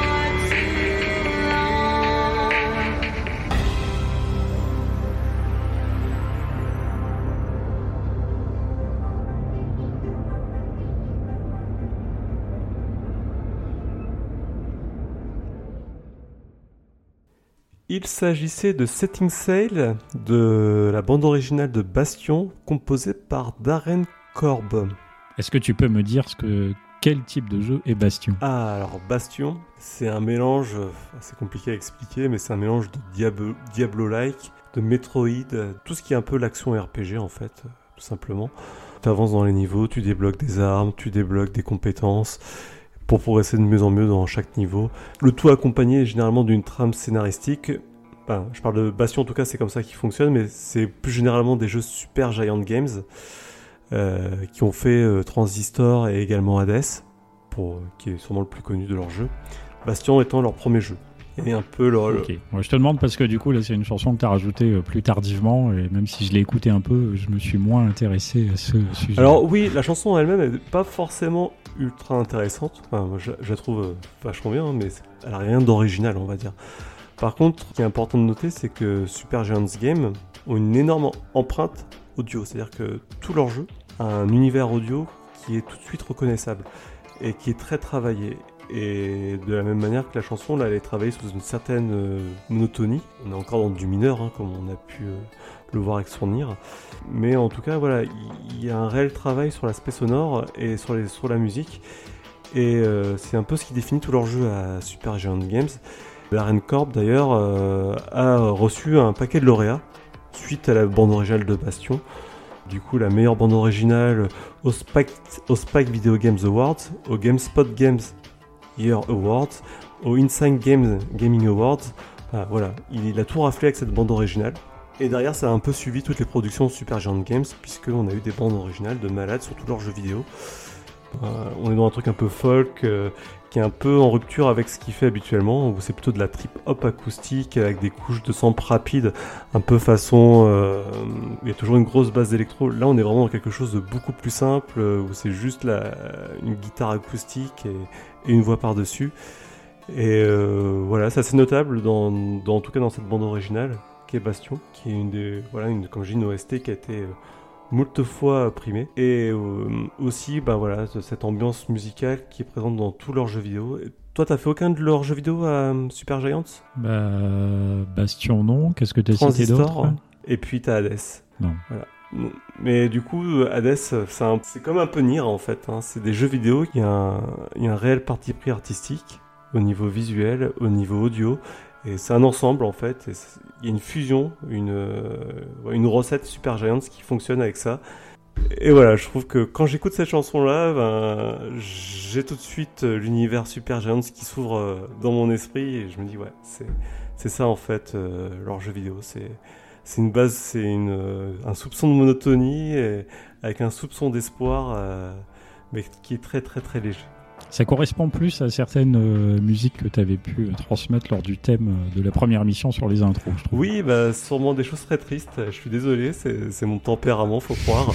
Il s'agissait de Setting Sail, de la bande originale de Bastion, composée par Darren Korb. Est-ce que tu peux me dire ce que, quel type de jeu est Bastion ? Ah, alors Bastion, c'est un mélange, euh, c'est compliqué à expliquer, mais c'est un mélange de Diablo- Diablo-like, de Metroid, euh, tout ce qui est un peu l'action R P G en fait, euh, tout simplement. Tu avances dans les niveaux, tu débloques des armes, tu débloques des compétences, pour progresser de mieux en mieux dans chaque niveau. Le tout accompagné généralement d'une trame scénaristique. Enfin, je parle de Bastion en tout cas, c'est comme ça qu'il fonctionne, mais c'est plus généralement des jeux Super Giant Games euh, qui ont fait euh, Transistor et également Hades, pour, qui est sûrement le plus connu de leur jeu. Bastion étant leur premier jeu. Et un peu le... le- Ok. Moi, je te demande parce que du coup, là, c'est une chanson que tu as rajoutée euh, plus tardivement, et même si je l'ai écoutée un peu, je me suis moins intéressé à ce sujet. Alors oui, la chanson elle-même elle n'est pas forcément ultra intéressante. Enfin, moi, je, je la trouve euh, vachement bien, mais c'est- elle a rien d'original, on va dire. Par contre, ce qui est important de noter, c'est que Super Giants Games ont une énorme empreinte audio. C'est-à-dire que tout leur jeu a un univers audio qui est tout de suite reconnaissable et qui est très travaillé. Et de la même manière que la chanson, là, elle est travaillée sous une certaine euh, monotonie. On est encore dans du mineur, hein, comme on a pu euh, le voir avec Sournir. Mais en tout cas, voilà, il il y, a un réel travail sur l'aspect sonore et sur, les, sur la musique. Et euh, c'est un peu ce qui définit tout leur jeu à Super Giant Games. L'Aren Corp, d'ailleurs, euh, a reçu un paquet de lauréats suite à la bande originale de Bastion. Du coup, la meilleure bande originale au Spike, au Spike Video Games Awards, au GameSpot Games Year Awards, au Inside Games Gaming Awards. Enfin, voilà, il a tout raflé avec cette bande originale. Et derrière, ça a un peu suivi toutes les productions Super Giant Games, puisqu'on a eu des bandes originales de malades sur tous leurs jeux vidéo. Euh, on est dans un truc un peu folk, euh, qui est un peu en rupture avec ce qu'il fait habituellement, où c'est plutôt de la trip-hop acoustique, avec des couches de sample rapides, un peu façon... euh, il y a toujours une grosse base d'électro. Là, on est vraiment dans quelque chose de beaucoup plus simple, euh, où c'est juste la, une guitare acoustique et, et une voix par-dessus. Et euh, voilà, c'est assez notable, dans, dans, en tout cas dans cette bande originale, qui est Bastion, qui est une des... Voilà, une, comme je dis, une O S T qui a été... Euh, moult fois primé, et euh, aussi bah voilà, cette ambiance musicale qui est présente dans tous leurs jeux vidéo. Et toi, t'as fait aucun de leurs jeux vidéo à euh, Super Giants? Bah, Bastion, non. Qu'est-ce que tu as cité d'autre? Transistor, et puis t'as Hades. Non. Voilà. Mais du coup, Hades, c'est, un- c'est comme un peu Nier en fait, hein. C'est des jeux vidéo, il y a un, il y a un réel parti pris artistique au niveau visuel, au niveau audio. Et c'est un ensemble en fait, et c'est- il y a une fusion, une, euh, ouais, une recette Super Giants qui fonctionne avec ça. Et voilà, je trouve que quand j'écoute cette chanson-là, ben, j'ai tout de suite euh, l'univers Super Giants qui s'ouvre euh, dans mon esprit, et je me dis ouais, c'est, c'est ça en fait euh, leur jeu vidéo. C'est, c'est une base, c'est une, euh, un soupçon de monotonie, et, avec un soupçon d'espoir, euh, mais qui est très très très léger. Ça correspond plus à certaines euh, musiques que tu avais pu euh, transmettre lors du thème euh, de la première émission sur les intros, je trouve. Oui, bah, sûrement des choses très tristes. Je suis désolé, c'est, c'est mon tempérament, faut croire.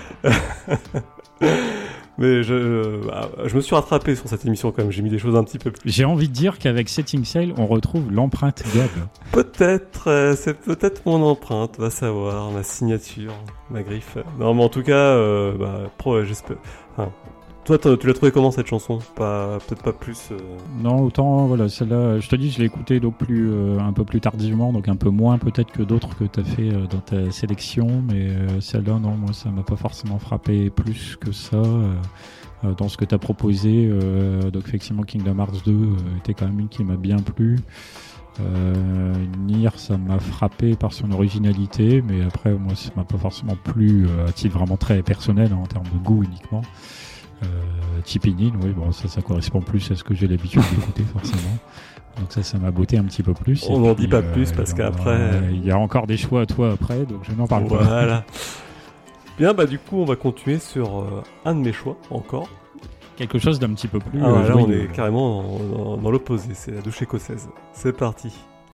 Mais je, bah, je me suis rattrapé sur cette émission quand même. J'ai mis des choses un petit peu plus. J'ai envie de dire qu'avec Setting Sail, on retrouve l'empreinte Gab. Peut-être, euh, c'est peut-être mon empreinte, va savoir, ma signature, ma griffe. Non, mais en tout cas, euh, bah, pro, j'espère. Enfin, toi, t'as- tu l'as trouvé comment cette chanson? Pas, peut-être pas plus. euh, Non, autant, voilà, celle-là, je te dis, je l'ai écoutée donc plus, euh, un peu plus tardivement, donc un peu moins peut-être que d'autres que tu as fait euh, dans ta sélection, mais euh, celle-là, non, moi, ça m'a pas forcément frappé plus que ça. euh, euh, dans ce que tu as proposé, euh, donc effectivement, Kingdom Hearts deux euh, était quand même une qui m'a bien plu. Euh, Nier, ça m'a frappé par son originalité, mais après, moi, ça m'a pas forcément plu euh, à titre vraiment très personnel, hein, en termes de goût uniquement. Euh, Tipinin, oui, bon, ça, ça correspond plus à ce que j'ai l'habitude d'écouter forcément. Donc ça, ça m'a botté un petit peu plus. On Et n'en puis, dit pas plus, parce il y en a- qu'après- il y a encore des choix à toi après, donc je n'en parle pas. Voilà. Bien, bah du coup, on va continuer sur euh, un de mes choix encore. Quelque chose d'un petit peu plus. Ah, euh, ouais, là, on joyeux. est carrément dans, dans- dans l'opposé, c'est la douche écossaise. C'est parti.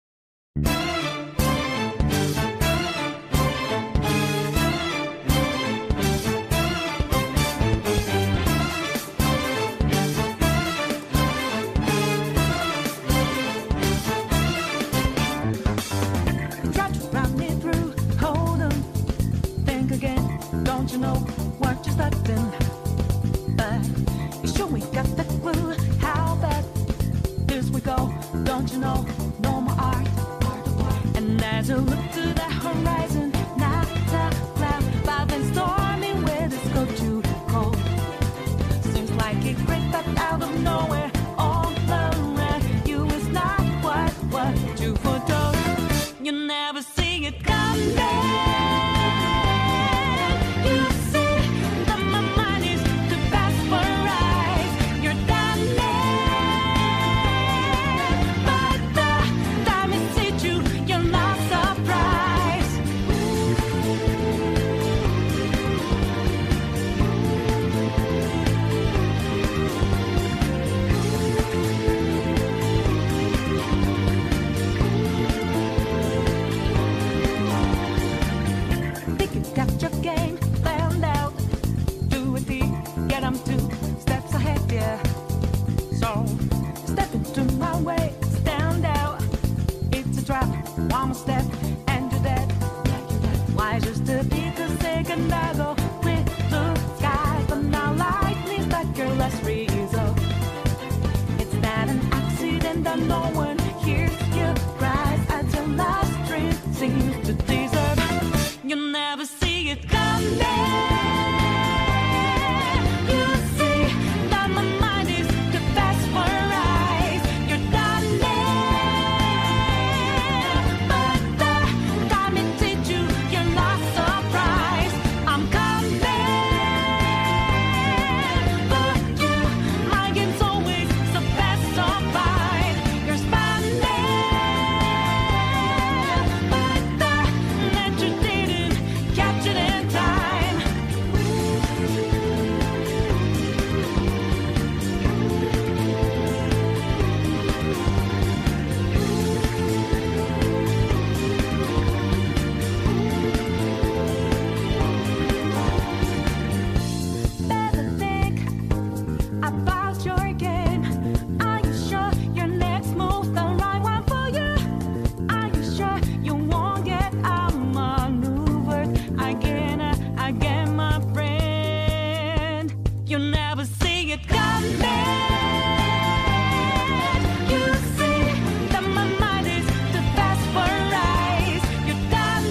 Try to run me through, hold 'em, think again. Don't you know what you're starting? But you sure we got the clue. How bad this we go? Don't you know? No more art. And as I look to the horizon, not a cloud, but then stormy weather's go too cold. Seems like it crept up out of nowhere. All around you is not what what you foretold. You never see it coming. You see that my mind is too fast for eyes. You're done but the time it hit you, you're not surprised. almost dead, and you're dead. Why just to be the second battle with blue skies, but now lightning that your last result. It's not an accident that no one hears your cries as your last dream seems to desert. You never see it coming. You see that my mind is the best for eyes. You're done but the time it teach you, you're not surprised. I'm coming, but you, my game's always the best of fight. You're spending, but the net you didn't catch it in time. Better think about your game. Are you sure your next move's the right one for you? Are you sure you won't get outmaneuvered again and again, my friend? You never see it coming. You see that my mind is the best for eyes. You're done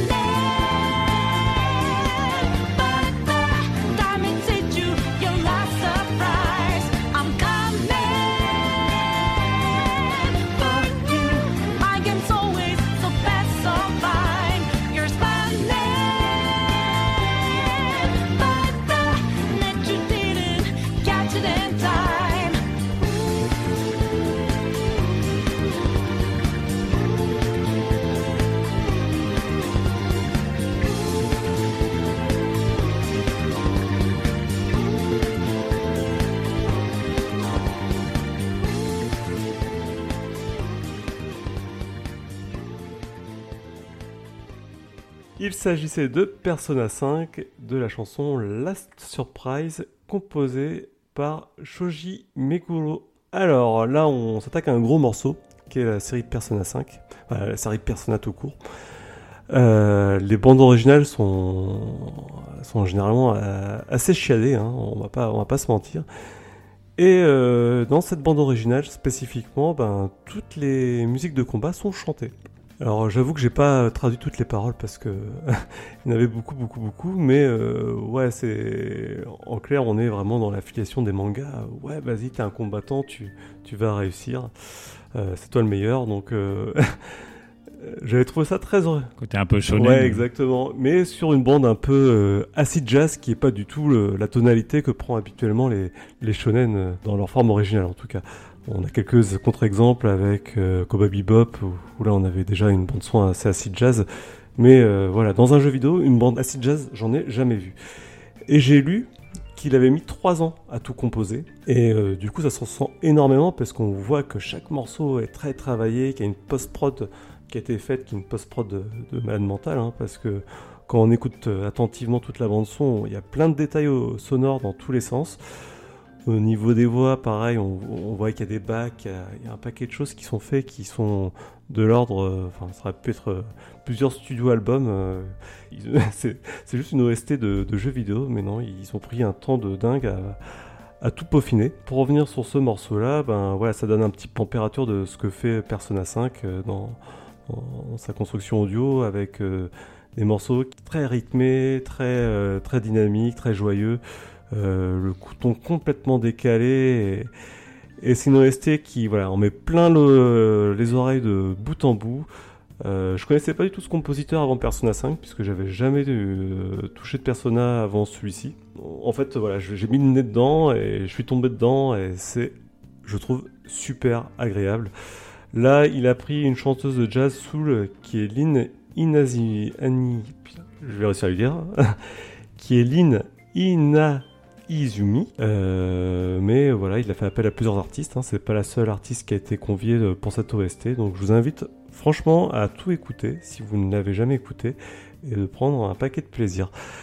but the time it hit you, you're not surprised. I'm coming, but you, my game's always the best of mine. You're spending, but the net you didn't catch it in time. Il s'agissait de Persona cinq, de la chanson Last Surprise, composée par Shoji Meguro. Alors là, on s'attaque à un gros morceau, qui est la série Persona cinq, enfin, la série Persona tout court. Euh, les bandes originales sont, sont généralement euh, assez chiadées, hein, on va pas, on va pas se mentir. Et euh, dans cette bande originale spécifiquement, ben, toutes les musiques de combat sont chantées. Alors j'avoue que j'ai pas traduit toutes les paroles parce que il y en avait beaucoup beaucoup beaucoup, mais euh, ouais, c'est en clair, on est vraiment dans l'affiliation des mangas. Ouais, vas-y, t'es un combattant, tu tu vas réussir, euh, c'est toi le meilleur. Donc euh, j'avais trouvé ça très heureux. Côté un peu shonen. Ouais, exactement. Mais sur une bande un peu euh, acid jazz, qui est pas du tout le, la tonalité que prend habituellement les les shonen euh, dans leur forme originale en tout cas. On a quelques contre-exemples avec euh, Cowboy Bebop, où, où là on avait déjà une bande-son assez acid jazz. Mais euh, voilà, dans un jeu vidéo, une bande acid jazz, j'en ai jamais vu. Et j'ai lu qu'il avait mis trois ans à tout composer. Et euh, du coup, ça se ressent énormément parce qu'on voit que chaque morceau est très travaillé, qu'il y a une post-prod qui a été faite, qui est une post-prod de, de malade mental, hein, parce que quand on écoute attentivement toute la bande-son, il y a plein de détails au- sonores dans tous les sens. Au niveau des voix, pareil, on, on voit qu'il y a des bacs, il y a, il y a un paquet de choses qui sont faites, qui sont de l'ordre, euh, enfin, ça aurait pu être euh, plusieurs studios albums. euh, ils- c'est, c'est juste une O S T de, de jeux vidéo, mais non, ils ont pris un temps de dingue à, à tout peaufiner. Pour revenir sur ce morceau-là, ben voilà, ça donne un petit température de ce que fait Persona cinq euh, dans, dans sa construction audio, avec euh, des morceaux très rythmés, très, euh, très dynamiques, très joyeux. Euh, le ton complètement décalé et, et c'est une O S T qui, voilà, on met plein le, les oreilles de bout en bout. Euh, je connaissais pas du tout ce compositeur avant Persona cinq puisque j'avais jamais euh, touché de Persona avant celui-ci. En fait, voilà, j'ai mis le nez dedans et je suis tombé dedans et c'est, je trouve, super agréable. Là, il a pris une chanteuse de jazz soul qui est Lynn Inazi, Ani, putain, je vais réussir à le dire, qui est Lynn Ina Izumi, euh, mais voilà, il a fait appel à plusieurs artistes, hein, c'est pas la seule artiste qui a été conviée pour cette O S T, donc je vous invite franchement à tout écouter si vous ne l'avez jamais écouté et de prendre un paquet de plaisir.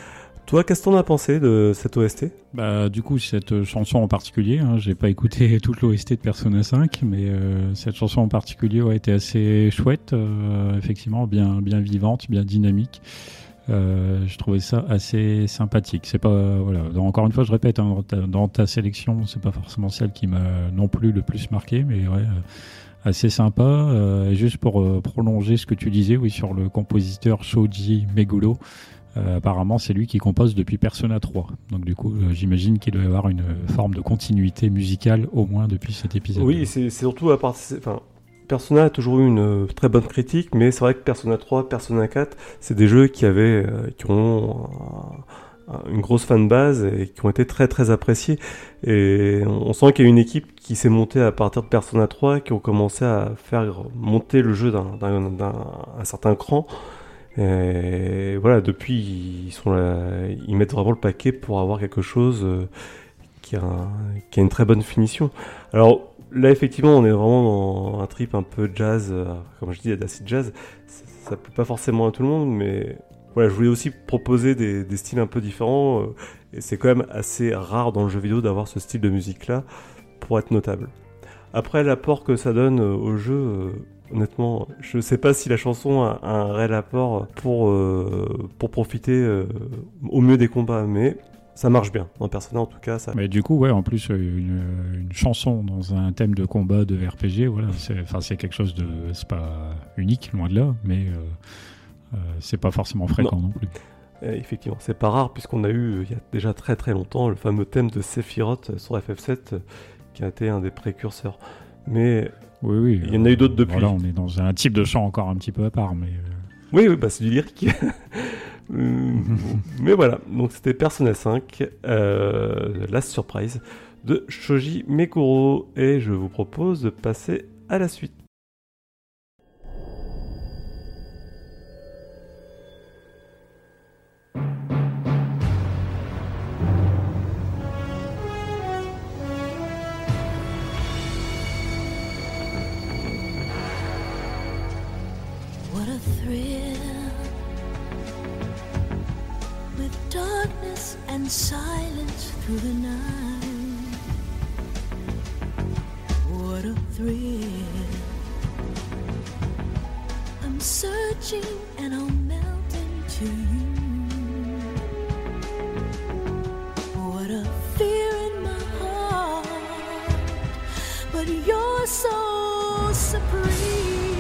Toi, qu'est-ce que t'en as pensé de cette O S T ? Bah, du coup, cette chanson en particulier, hein, j'ai pas écouté toute l'O S T de Persona cinq, mais euh, cette chanson en particulier ouais, était assez chouette, euh, effectivement, bien, bien vivante, bien dynamique. Euh, je trouvais ça assez sympathique. C'est pas, euh, voilà, donc, encore une fois, je répète, hein, dans, ta, dans ta sélection, c'est pas forcément celle qui m'a non plus le plus marqué, mais ouais, euh, assez sympa. Euh, et juste pour euh, prolonger ce que tu disais, oui, sur le compositeur Shoji Meguro. Euh, apparemment, c'est lui qui compose depuis Persona trois. Donc, du coup, euh, j'imagine qu'il doit y avoir une forme de continuité musicale, au moins depuis cet épisode. Oui, c'est, c'est surtout à part. Enfin, Persona a toujours eu une euh, très bonne critique, mais c'est vrai que Persona trois, Persona quatre, c'est des jeux qui avaient, euh, qui ont euh, une grosse fanbase et qui ont été très très appréciés. Et on, on sent qu'il y a une équipe qui s'est montée à partir de Persona trois, qui ont commencé à faire monter le jeu d'un, d'un, d'un un certain cran. Et voilà, depuis, ils, sont là, ils mettent vraiment le paquet pour avoir quelque chose euh, qui, a un, qui a une très bonne finition. Alors là, effectivement, on est vraiment dans un trip un peu jazz, euh, comme je dis, d'acid jazz. Ça, ça plaît pas forcément à tout le monde, mais voilà, je voulais aussi proposer des, des styles un peu différents. Euh, et c'est quand même assez rare dans le jeu vidéo d'avoir ce style de musique-là pour être notable. Après, l'apport que ça donne euh, au jeu... Euh, honnêtement, je sais pas si la chanson a un réel apport pour, euh, pour profiter euh, au mieux des combats, mais ça marche bien. Dans Persona, en tout cas, ça... Mais du coup, ouais, en plus, une, une chanson dans un thème de combat de R P G, voilà, c'est, enfin, c'est quelque chose de... C'est pas unique, loin de là, mais euh, euh, c'est pas forcément fréquent non, non plus. Et effectivement, c'est pas rare, puisqu'on a eu, il y a déjà très très longtemps, le fameux thème de Sephiroth sur F F sept, qui a été un des précurseurs. Mais... Oui, oui. Il y en a eu d'autres depuis. Voilà, on est dans un type de chant encore un petit peu à part, mais... Euh... Oui, oui, bah c'est du lyrique. Mais voilà, donc c'était Persona cinq, euh, Last Surprise, de Shoji Meguro, et je vous propose de passer à la suite. What a thrill, with darkness and silence through the night. What a thrill, I'm searching and I'll melt into you. What a fear in my heart, but you're so supreme.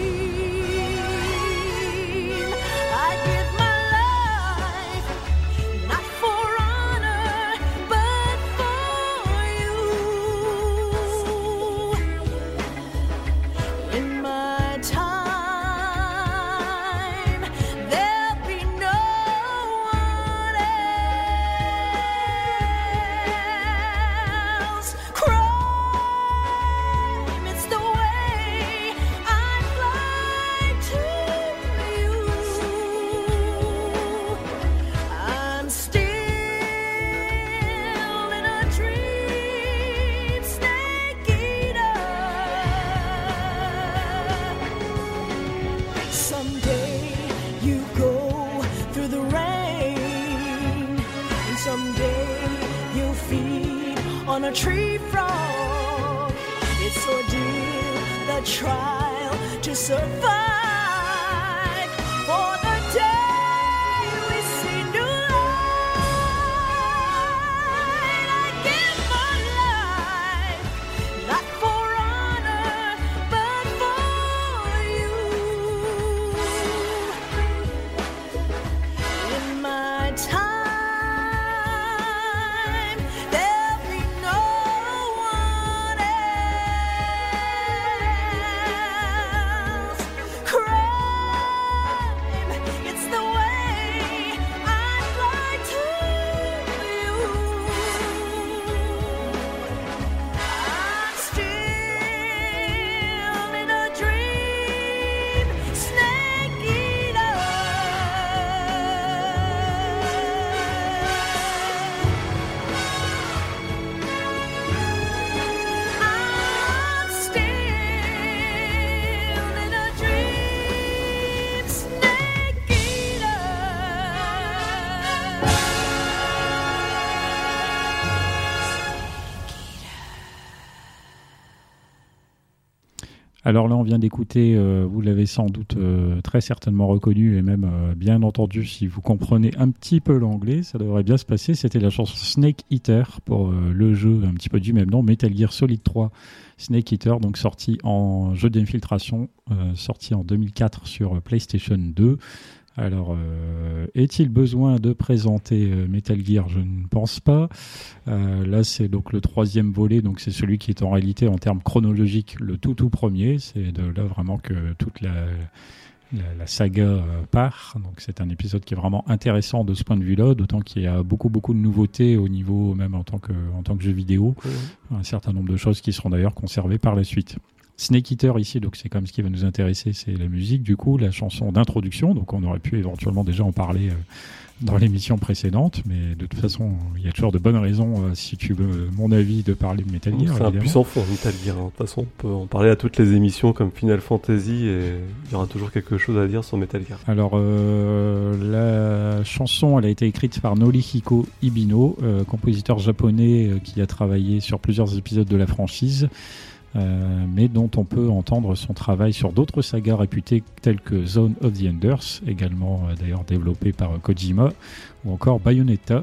A tree frog, it's ordeal, the trial to survive. For the day we see new light, I give my life, not for honor, but for you. In my time. Alors là, on vient d'écouter, euh, vous l'avez sans doute euh, très certainement reconnu et même euh, bien entendu, si vous comprenez un petit peu l'anglais, ça devrait bien se passer. C'était la chanson Snake Eater pour euh, le jeu un petit peu du même nom, Metal Gear Solid trois Snake Eater, donc sorti en jeu d'infiltration, euh, sorti en deux mille quatre sur PlayStation deux. Alors, euh, est-il besoin de présenter euh, Metal Gear ? Je ne pense pas. Euh, là, c'est donc le troisième volet, donc c'est celui qui est en réalité, en termes chronologiques, le tout tout premier. C'est de là vraiment que toute la, la, la saga euh, part. Donc, c'est un épisode qui est vraiment intéressant de ce point de vue-là, d'autant qu'il y a beaucoup beaucoup de nouveautés au niveau, même en tant que, en tant que jeu vidéo. Un certain nombre de choses qui seront d'ailleurs conservées par la suite. Snake Eater ici, donc c'est quand même ce qui va nous intéresser, c'est la musique, du coup, la chanson d'introduction, donc on aurait pu éventuellement déjà en parler euh, dans l'émission précédente, mais de toute façon, il y a toujours de bonnes raisons, euh, si tu veux mon avis, de parler de Metal Gear. C'est un évidemment. puissant fort, Metal Gear. hein. De toute façon, on peut en parler à toutes les émissions comme Final Fantasy et il y aura toujours quelque chose à dire sur Metal Gear. Alors, euh, la chanson, elle a été écrite par Norihiko Ibino, euh, compositeur japonais euh, qui a travaillé sur plusieurs épisodes de la franchise. Euh, mais dont on peut entendre son travail sur d'autres sagas réputées telles que Zone of the Enders, également euh, d'ailleurs développé par euh, Kojima, ou encore Bayonetta.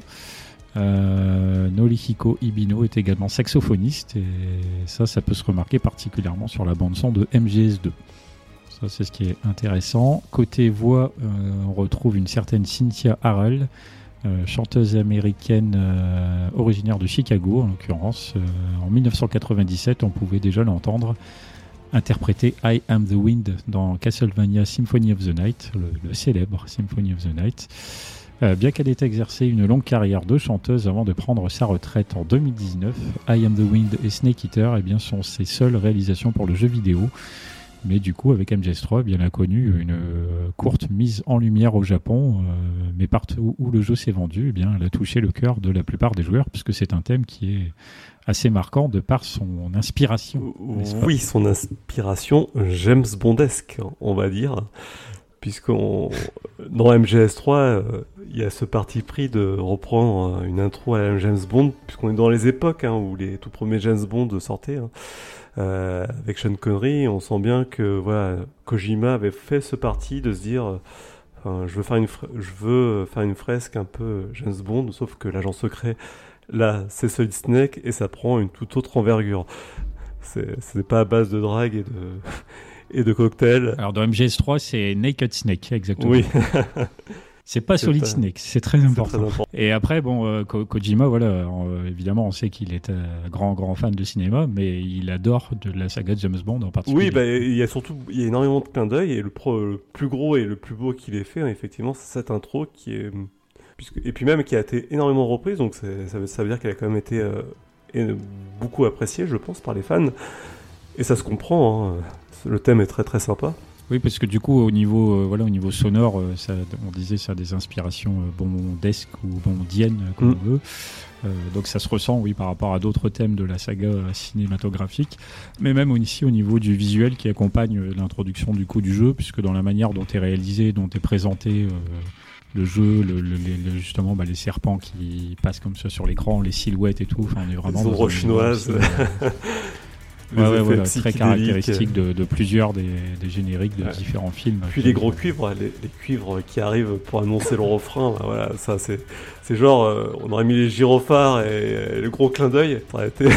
Euh, Norihiko Ibino est également saxophoniste, et ça, ça peut se remarquer particulièrement sur la bande-son de M G S deux. Ça, c'est ce qui est intéressant. Côté voix, euh, on retrouve une certaine Cynthia Harrell, Euh, chanteuse américaine euh, originaire de Chicago en l'occurrence. Euh, en dix-neuf cent quatre-vingt-dix-sept, on pouvait déjà l'entendre interpréter I Am the Wind dans Castlevania Symphony of the Night, le, le célèbre Symphony of the Night. Euh, bien qu'elle ait exercé une longue carrière de chanteuse avant de prendre sa retraite en deux mille dix-neuf, I Am the Wind et Snake Eater eh bien, sont ses seules réalisations pour le jeu vidéo. Mais du coup, avec M G S trois, eh bien, elle a connu une euh, courte mise en lumière au Japon, euh, mais partout où le jeu s'est vendu, eh bien, elle a touché le cœur de la plupart des joueurs, puisque c'est un thème qui est assez marquant de par son inspiration. n'est-ce pas ? Oui, son inspiration James Bondesque, on va dire, puisqu'on dans M G S trois, euh, il y a ce parti pris de reprendre une intro à la James Bond, puisqu'on est dans les époques hein, où les tout premiers James Bond sortaient. Hein. Euh, avec Sean Connery, on sent bien que voilà, Kojima avait fait ce parti de se dire euh, enfin, je veux faire une fre- je veux faire une fresque un peu James Bond, sauf que l'agent secret là c'est Solid Snake et ça prend une toute autre envergure. C'est, c'est pas à base de drague et de et de cocktails. Alors dans M G S trois, c'est Naked Snake, exactement. Oui. C'est pas C'est Solid pas- Snake, c'est très important. C'est très important. Et après, bon, euh, Ko- Kojima, voilà, euh, évidemment, on sait qu'il est un grand, grand fan de cinéma, mais il adore de la saga de James Bond en particulier. Oui, bah, il y a surtout il y a énormément de clins d'œil et le, pro, le plus gros et le plus beau qu'il ait fait, hein, effectivement, c'est cette intro qui est puisque, et puis même qui a été énormément reprise, donc c'est, ça, veut, ça veut dire qu'elle a quand même été euh, et, beaucoup appréciée, je pense, par les fans. Et ça se comprend. Hein. Le thème est très très sympa. Oui, parce que du coup, au niveau, euh, voilà, au niveau sonore, euh, ça, on disait ça a des inspirations euh, bondesques ou bondiennes, euh, comme Mm. on veut. Euh, donc ça se ressent, oui, par rapport à d'autres thèmes de la saga euh, cinématographique, mais même ici au niveau du visuel qui accompagne euh, l'introduction du coup du jeu, puisque dans la manière dont est réalisé, dont est présenté euh, le jeu, le, le- les- le- justement bah, les serpents qui passent comme ça sur l'écran, les silhouettes et tout, enfin on est vraiment Les dans ombres un chinoises. univers aussi, euh, Les ouais, ouais, effets voilà, très psychédéliques. caractéristique de, de plusieurs des, des génériques de Ouais. différents films. Puis les gros cuivres, les, les cuivres qui arrivent pour annoncer le refrain, bah voilà, ça c'est, c'est genre, euh, on aurait mis les gyrophares et, et le gros clin d'œil, ça aurait été.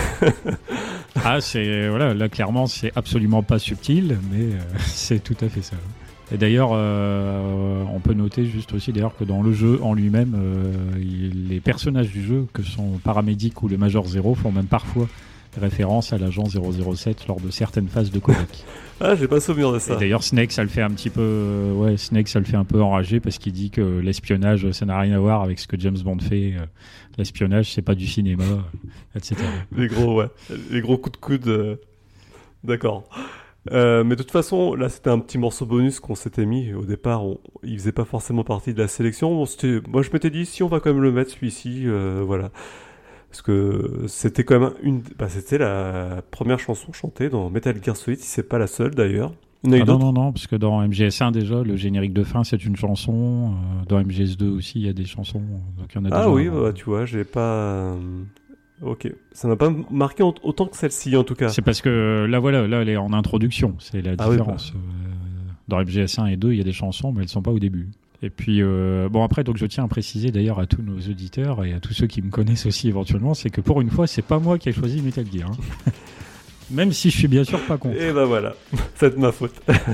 Ah, c'est voilà, là clairement c'est absolument pas subtil, mais euh, c'est tout à fait ça. Et d'ailleurs, euh, on peut noter juste aussi d'ailleurs que dans le jeu en lui-même, euh, il- les personnages du jeu, que sont Paramédic ou le Major Zero, font même parfois référence à l'agent zéro zéro sept lors de certaines phases de comic. Ah, j'ai pas souvenir de ça. Et d'ailleurs, Snake, ça le fait un petit peu, euh, ouais, Snake, ça le fait un peu enrager parce qu'il dit que l'espionnage, ça n'a rien à voir avec ce que James Bond fait. Euh, l'espionnage, c'est pas du cinéma, euh, et cetera. Les gros, ouais, les gros coups de coude. euh, D'accord. Euh, mais de toute façon, là, c'était un petit morceau bonus qu'on s'était mis. Au départ, on, il faisait pas forcément partie de la sélection. Bon, c'était, moi, je m'étais dit, si on va quand même le mettre celui-ci, euh, voilà. Parce que c'était quand même une, bah, c'était la première chanson chantée dans Metal Gear Solid, si c'est pas la seule d'ailleurs. Il y en a eu Ah non, d'autres. non, non, parce que dans M G S un déjà, le générique de fin, c'est une chanson. Euh, dans M G S deux aussi, il y a des chansons. Donc il y en a Ah déjà, oui, euh, bah, tu vois, j'ai pas. euh, Ok, ça m'a pas marqué en- autant que celle-ci en tout cas. C'est parce que là, voilà, là, elle est en introduction. C'est la Ah oui, différence. Euh, dans F G S un et deux, il y a des chansons, mais elles sont pas au début. Et puis, euh, bon, après, donc, je tiens à préciser d'ailleurs à tous nos auditeurs et à tous ceux qui me connaissent aussi éventuellement, c'est que pour une fois, c'est pas moi qui ai choisi Metal Gear. Hein. Même si je suis bien sûr pas contre. Et bah voilà, c'est de ma faute.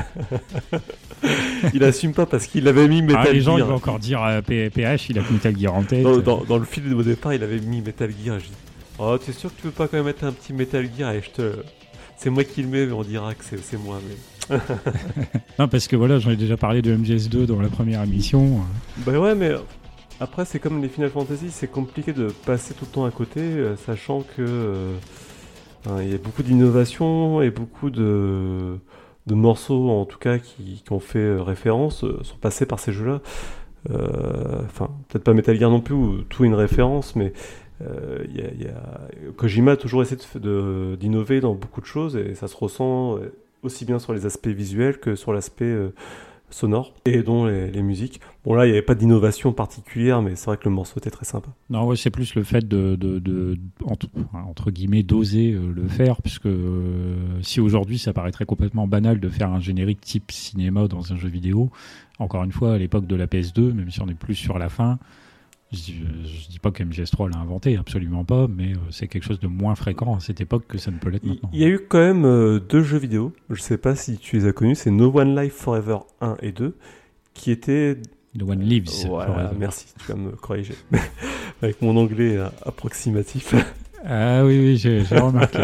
Il assume pas parce qu'il avait mis Metal Ah, les gens, ils Gear. vont encore dire à P- PH, il a que Metal Gear en tête. Dans, dans- dans le film au départ, il avait mis Metal Gear. Je dis, oh, t'es sûr que tu veux pas quand même mettre un petit Metal Gear? Et je te... C'est moi qui le mets, mais on dira que c'est, c'est moi. Mais... Non, parce que voilà, j'en ai déjà parlé de M G S deux dans la première émission. Bah ouais, mais après, c'est comme les Final Fantasy, c'est compliqué de passer tout le temps à côté, euh, sachant que euh, hein, il y a beaucoup d'innovations et beaucoup de, de morceaux, en tout cas, qui, qui ont fait euh, référence, euh, sont passés par ces jeux-là. Euh, Enfin, peut-être pas Metal Gear non plus, où tout est une référence, mais euh, il y a, il y a... Kojima a toujours essayé de, de- d'innover dans beaucoup de choses, et ça se ressent euh, aussi bien sur les aspects visuels que sur l'aspect euh, sonore, et dont les, les musiques. Bon là, il n'y avait pas d'innovation particulière, mais c'est vrai que le morceau était très sympa. Non, ouais, c'est plus le fait de, de, de entre, entre guillemets, d'oser euh, le faire, puisque euh, si aujourd'hui ça paraîtrait complètement banal de faire un générique type cinéma dans un jeu vidéo, encore une fois, à l'époque de la P S deux, même si on est plus sur la fin, je, je dis pas que M G S trois l'a inventé, absolument pas, mais euh, c'est quelque chose de moins fréquent à cette époque que ça ne peut l'être Il maintenant. il y a eu quand même euh, deux jeux vidéo, je sais pas si tu les as connus, c'est No One Life Forever un et deux, qui étaient... The One Lives. Voilà, forever. merci, tu vas me corriger. Avec mon anglais euh, approximatif. Ah oui, oui, j'ai, j'ai remarqué.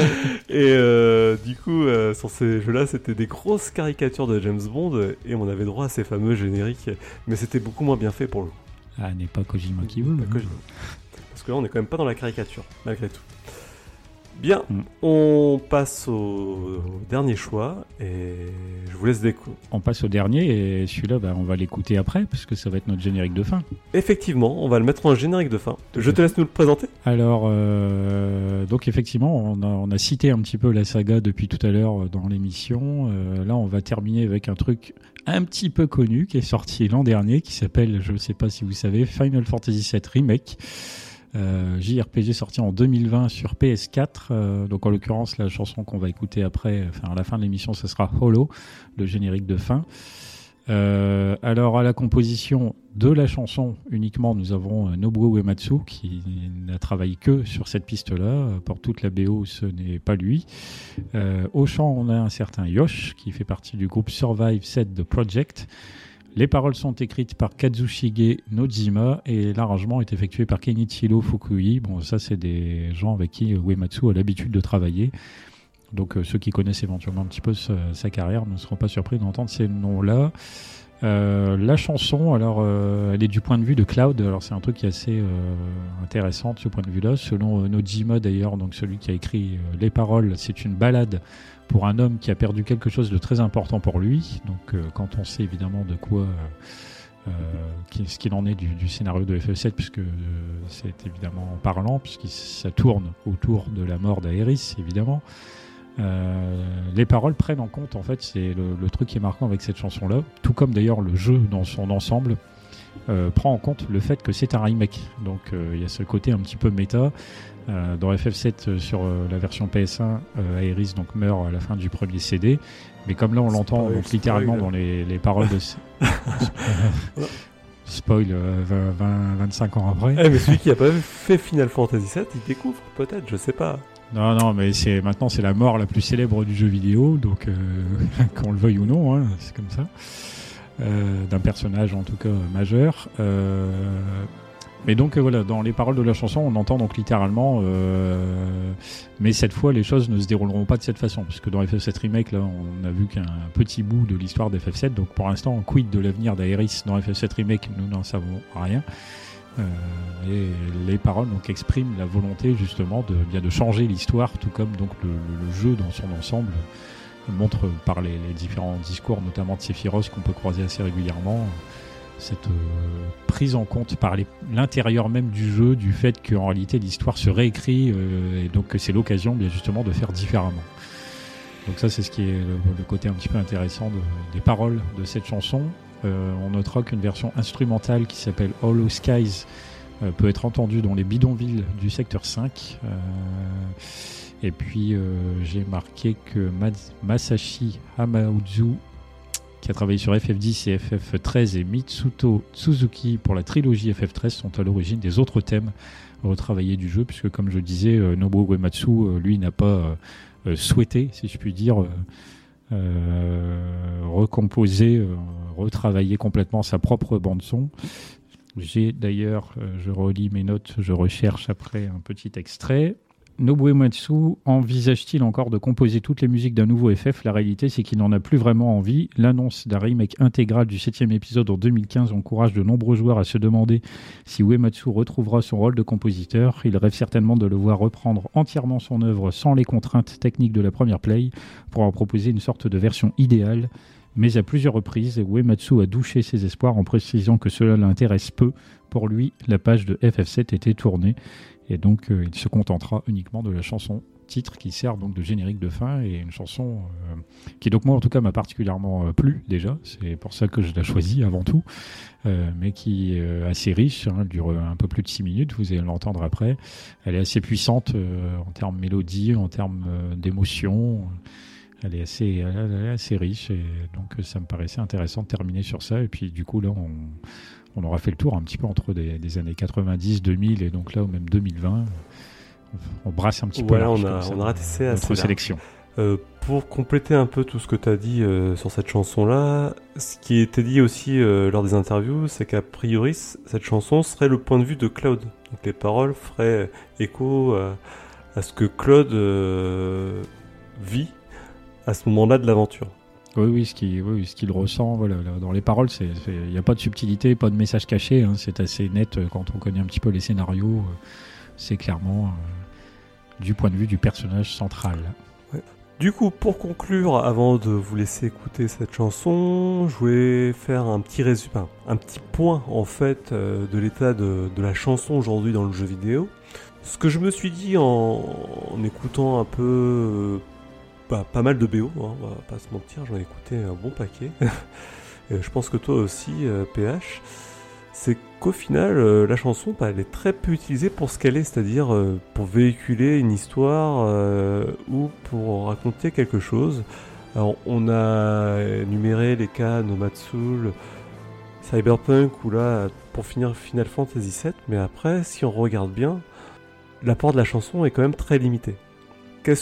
Et euh, du coup, euh, sur ces jeux-là, c'était des grosses caricatures de James Bond, euh, et on avait droit à ces fameux génériques, mais c'était beaucoup moins bien fait pour le coup. Ah, n'est pas Kojima qui veut. Pas hein. Kojima. Parce que là, on est quand même pas dans la caricature, malgré tout. Bien, Mm. on passe au, au dernier choix, et je vous laisse découvrir. On passe au dernier, et celui-là, bah, on va l'écouter après, parce que ça va être notre générique de fin. Effectivement, on va le mettre en générique de fin. Je te laisse nous le présenter. Alors, euh, donc effectivement, on a, on a cité un petit peu la saga depuis tout à l'heure euh, dans l'émission. Euh, là, on va terminer avec un truc un petit peu connu qui est sorti l'an dernier, qui s'appelle, je ne sais pas si vous savez, Final Fantasy sept Remake. Euh, J R P G sorti en deux mille vingt sur P S quatre. Euh, donc en l'occurrence, la chanson qu'on va écouter après, enfin à la fin de l'émission, ce sera Hollow, le générique de fin. Euh, alors à la composition de la chanson uniquement, nous avons euh, Nobuo Uematsu qui n'a travaillé que sur cette piste-là. Pour toute la B O, ce n'est pas lui. Euh, au chant, on a un certain Yosh qui fait partie du groupe Survive Set The Project. Les paroles sont écrites par Kazushige Nojima et l'arrangement est effectué par Kenichiro Fukui. Bon, ça, c'est des gens avec qui Uematsu a l'habitude de travailler. Donc, euh, ceux qui connaissent éventuellement un petit peu sa, sa carrière ne seront pas surpris d'entendre ces noms-là. Euh, la chanson, alors, euh, elle est du point de vue de Cloud. Alors, c'est un truc qui est assez euh, intéressant de ce point de vue-là. Selon euh, Nojima, d'ailleurs, donc celui qui a écrit euh, les paroles, c'est une ballade pour un homme qui a perdu quelque chose de très important pour lui. Donc, euh, quand on sait évidemment de quoi, euh, euh, ce qu'il en est du, du scénario de F F sept, puisque euh, c'est évidemment parlant, puisque ça tourne autour de la mort d'Aeris, évidemment. Euh, les paroles prennent en compte, en fait, c'est le, le truc qui est marquant avec cette chanson-là, tout comme d'ailleurs le jeu dans son ensemble. Euh, prend en compte le fait que c'est un remake. Donc euh, il y a ce côté un petit peu méta. Euh, dans F F sept, euh, sur euh, la version P S un, euh, Aeris donc, meurt à la fin du premier C D. Mais comme là on l'entend Spoil, donc, littéralement spoil. dans les, les paroles de... Spoil euh, vingt, vingt, vingt-cinq ans après. Eh, mais celui qui a pas fait Final Fantasy sept, il découvre peut-être, je sais pas. Non, non, mais c'est, maintenant c'est la mort la plus célèbre du jeu vidéo, donc euh, qu'on le veuille ou non, hein, c'est comme ça. Euh, d'un personnage en tout cas majeur. Euh, mais donc euh, voilà, dans les paroles de la chanson, on entend donc littéralement, euh, mais cette fois les choses ne se dérouleront pas de cette façon, puisque dans F F sept Remake, là, on a vu qu'un petit bout de l'histoire d'F F sept, donc pour l'instant, quid de l'avenir d'Aeris dans F F sept Remake, nous n'en savons rien. Euh, et les paroles donc expriment la volonté justement de bien de changer l'histoire, tout comme donc le, le, le jeu dans son ensemble montre par les, les différents discours, notamment de Sephiroth qu'on peut croiser assez régulièrement, cette euh, prise en compte par les, l'intérieur même du jeu du fait qu'en réalité l'histoire se réécrit euh, et donc que c'est l'occasion bien justement de faire différemment. Donc ça c'est ce qui est le, le côté un petit peu intéressant de, des paroles de cette chanson. Euh, on notera qu'une version instrumentale qui s'appelle Hollow Skies euh, peut être entendu dans les bidonvilles du secteur cinq. Euh, et puis euh, j'ai marqué que Mas- Masashi Hamauzu, qui a travaillé sur F F dix et F F treize, et Mitsuto Suzuki pour la trilogie F F treize sont à l'origine des autres thèmes retravaillés du jeu, puisque comme je disais, euh, Nobuo Uematsu, euh, lui, n'a pas euh, euh, souhaité, si je puis dire, euh, euh, recomposer, euh, retravailler complètement sa propre bande-son. J'ai d'ailleurs, euh, je relis mes notes, je recherche après un petit extrait. Nobuo Uematsu envisage-t-il encore de composer toutes les musiques d'un nouveau F F ? La réalité, c'est qu'il n'en a plus vraiment envie. L'annonce d'un remake intégral du septième épisode en deux mille quinze encourage de nombreux joueurs à se demander si Uematsu retrouvera son rôle de compositeur. Il rêve certainement de le voir reprendre entièrement son œuvre sans les contraintes techniques de la première play pour en proposer une sorte de version idéale. Mais à plusieurs reprises, Uematsu a douché ses espoirs en précisant que cela l'intéresse peu. Pour lui, la page de F F sept était tournée. Et donc, euh, il se contentera uniquement de la chanson titre qui sert donc de générique de fin, et une chanson euh, qui, donc moi en tout cas, m'a particulièrement euh, plu déjà. C'est pour ça que je l'ai choisie avant tout, euh, mais qui est euh, assez riche. Hein, elle dure un peu plus de six minutes, vous allez l'entendre après. Elle est assez puissante euh, en termes mélodie, en termes euh, d'émotion. Elle est assez, elle est assez riche, et donc ça me paraissait intéressant de terminer sur ça. Et puis du coup là, on On aura fait le tour un petit peu entre des, des années quatre-vingt-dix, deux mille et donc là, ou même deux mille vingt. On, on brasse un petit peu Ouais, large on a- comme ça, on a ratissé notre assez large. sélection. Euh, pour compléter un peu tout ce que tu as dit euh, sur cette chanson-là, ce qui était dit aussi euh, lors des interviews, c'est qu'a priori, c- cette chanson serait le point de vue de Cloud. Donc les paroles feraient écho à, à ce que Claude euh, vit à ce moment-là de l'aventure. Oui, oui, ce qu'il oui, ce qu'il ressent, voilà, là, dans les paroles, c'est- c'est- il n'y a pas de subtilité, pas de message caché, hein, c'est assez net euh, quand on connaît un petit peu les scénarios. euh, c'est clairement euh, du point de vue du personnage central. Du coup, pour conclure, avant de vous laisser écouter cette chanson, je voulais faire un petit résumé, enfin, un petit point en fait euh, de l'état de, de la chanson aujourd'hui dans le jeu vidéo. Ce que je me suis dit en, en écoutant un peu, euh, bah, pas mal de B O, hein, on va pas se mentir, j'en ai écouté un bon paquet. Et je pense que toi aussi, euh, P H, c'est qu'au final, euh, la chanson, bah, elle est très peu utilisée pour ce qu'elle est, c'est-à-dire euh, pour véhiculer une histoire euh, ou pour raconter quelque chose. Alors, on a énuméré les cas Nomadsoul, Cyberpunk, ou là, pour finir, Final Fantasy sept, mais après, si on regarde bien, l'apport de la chanson est quand même très limité. Qu'est-ce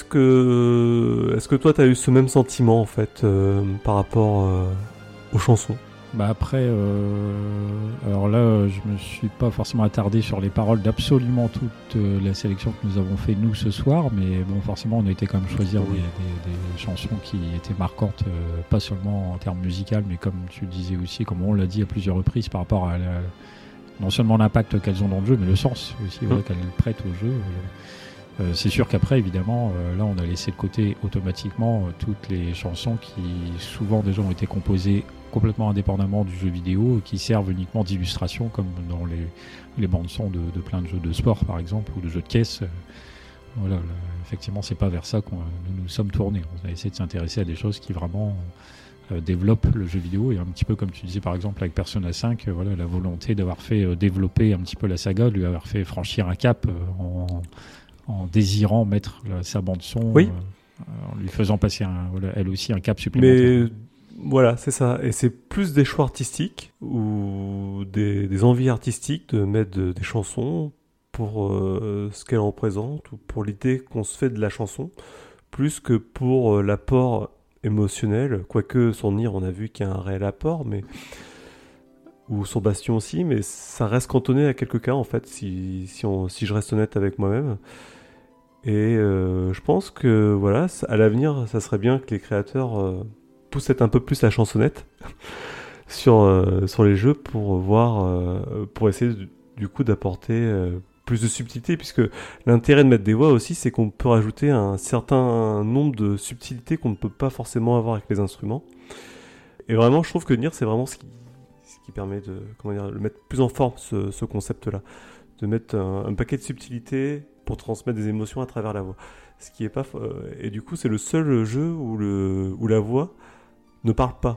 que... Est-ce que toi, tu as eu ce même sentiment, en fait, euh, par rapport euh, aux chansons ? Bah après, euh, alors là, euh, je me suis pas forcément attardé sur les paroles d'absolument toute euh, la sélection que nous avons fait nous ce soir, mais bon, forcément, on a été quand même choisir Oui. des, des- des chansons qui étaient marquantes, euh, pas seulement en termes musicaux, mais comme tu le disais aussi, comme on l'a dit à plusieurs reprises, par rapport à la- non seulement l'impact qu'elles ont dans le jeu, mais le sens aussi voilà, qu'elles prêtent au jeu. Euh, c'est sûr qu'après, évidemment, euh, là, on a laissé de côté automatiquement euh, toutes les chansons qui, souvent, déjà ont été composées complètement indépendamment du jeu vidéo, qui servent uniquement d'illustration, comme dans les, les bandes-sons de, de plein de jeux de sport, par exemple, ou de jeux de caisse. Euh, voilà, là, effectivement, c'est pas vers ça que nous nous sommes tournés. On a essayé de s'intéresser à des choses qui vraiment euh, développent le jeu vidéo, et un petit peu comme tu disais, par exemple, avec Persona cinq, euh, voilà, la volonté d'avoir fait euh, développer un petit peu la saga, lui avoir fait franchir un cap euh, en en désirant mettre là, sa bande son, Oui. euh, en lui faisant passer un, voilà, elle aussi un cap supplémentaire. Mais voilà, c'est ça. Et c'est plus des choix artistiques ou des, des envies artistiques de mettre de- des chansons pour euh, ce qu'elles représentent ou pour l'idée qu'on se fait de la chanson, plus que pour euh, l'apport émotionnel. Quoique sur Nier, on a vu qu'il y a un réel apport, mais ou sur Bastion aussi, mais ça reste cantonné à quelques cas en fait, si, si, on, si je reste honnête avec moi-même. Et euh, je pense que voilà, ça- à l'avenir, ça serait bien que les créateurs euh, poussent peut-être un peu plus la chansonnette sur, euh, sur les jeux pour voir, euh, pour essayer du, du coup d'apporter euh, plus de subtilité, puisque l'intérêt de mettre des voix aussi, c'est qu'on peut rajouter un certain nombre de subtilités qu'on ne peut pas forcément avoir avec les instruments. Et vraiment, je trouve que Nier, c'est vraiment ce qui, ce qui permet de, comment dire, de mettre plus en forme ce, ce concept-là, de mettre un, un paquet de subtilités pour transmettre des émotions à travers la voix. Ce qui est pas, euh, et du coup, c'est le seul jeu où le, où la voix ne parle pas.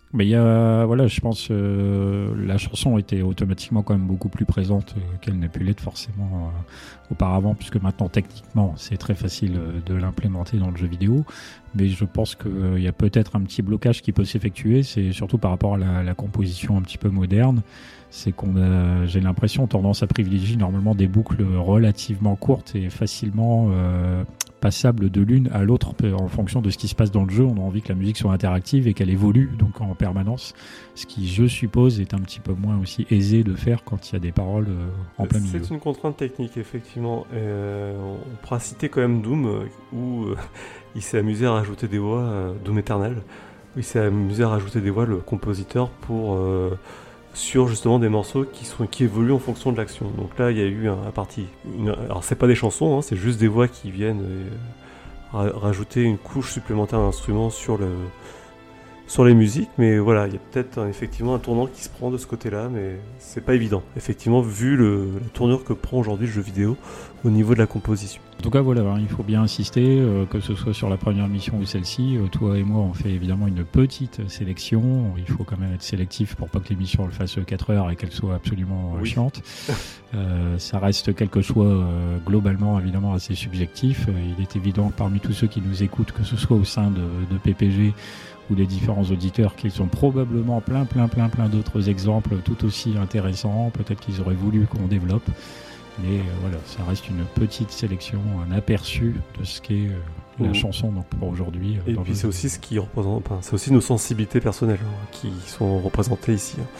Mais il y a, voilà, je pense, euh, la chanson était automatiquement quand même beaucoup plus présente euh, qu'elle n'a pu l'être forcément euh, auparavant, puisque maintenant techniquement c'est très facile euh, de l'implémenter dans le jeu vidéo. Mais je pense qu'il euh, y a peut-être un petit blocage qui peut s'effectuer, c'est surtout par rapport à la, la composition un petit peu moderne. C'est qu'on a, j'ai l'impression, tendance à privilégier normalement des boucles relativement courtes et facilement euh, passables de l'une à l'autre en fonction de ce qui se passe dans le jeu. On a envie que la musique soit interactive et qu'elle évolue donc en permanence, ce qui, je suppose, est un petit peu moins aussi aisé de faire quand il y a des paroles euh, en plein milieu. C'est une contrainte technique, effectivement. Euh, on pourra citer quand même Doom, euh, où euh, il s'est amusé à rajouter des voix, euh, Doom Eternal, où il s'est amusé à rajouter des voix, le compositeur, pour... Euh, sur justement des morceaux qui, sont, qui évoluent en fonction de l'action. Donc là, il y a eu un, un parti... Une, alors, c'est pas des chansons, hein, c'est juste des voix qui viennent euh, ra- rajouter une couche supplémentaire d'instruments sur, le, sur les musiques, mais voilà, il y a peut-être un, effectivement un tournant qui se prend de ce côté-là, mais c'est pas évident, effectivement, vu le, la tournure que prend aujourd'hui le jeu vidéo au niveau de la composition. En tout cas, voilà, hein, il faut bien insister, euh, que ce soit sur la première mission ou celle-ci. Euh, toi et moi, on fait évidemment une petite sélection. Il faut quand même être sélectif pour pas que l'émission elle fasse quatre heures et qu'elle soit absolument euh, Oui. chiante. euh, ça reste quelque choix euh, globalement, évidemment, assez subjectif. Euh, il est évident que parmi tous ceux qui nous écoutent, que ce soit au sein de, de P P G ou des différents auditeurs, qu'ils ont probablement plein, plein, plein, plein d'autres exemples tout aussi intéressants. Peut-être qu'ils auraient voulu qu'on développe. Mais euh, voilà, ça reste une petite sélection, un aperçu de ce qu'est euh, la Mmh. chanson donc pour aujourd'hui. euh, Et dans puis le- c'est aussi ce qui représente, enfin, c'est aussi nos sensibilités personnelles hein, qui sont représentées ici. hein.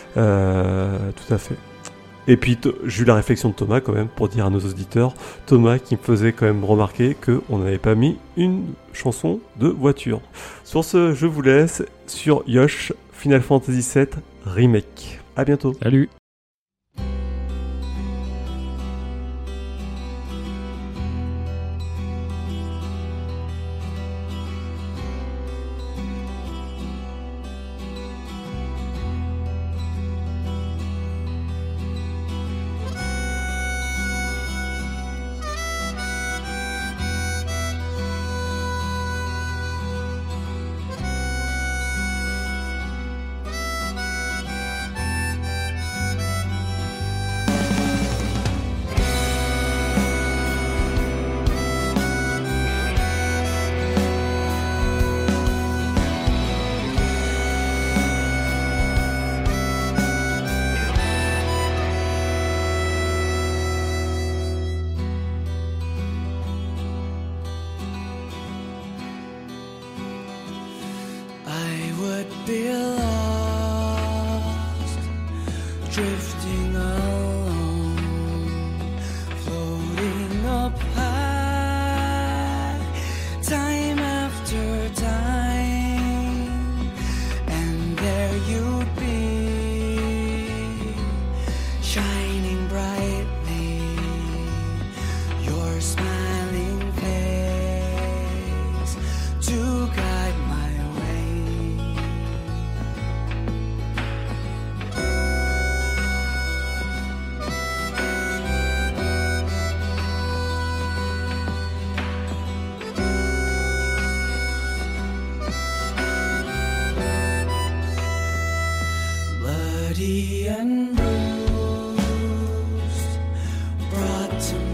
Euh, tout à fait. Et puis t- j'ai eu la réflexion de Thomas quand même pour dire à nos auditeurs, Thomas qui me faisait quand même remarquer qu'on n'avait pas mis une chanson de voiture. Sur ce, je vous laisse sur Yosh Final Fantasy sept Remake. À bientôt. Salut! I would be lost, drifting alone, floating up high, time after time, and there you'd be, shining brightly, your smiling face to guide my way. Bloody and bruised, brought to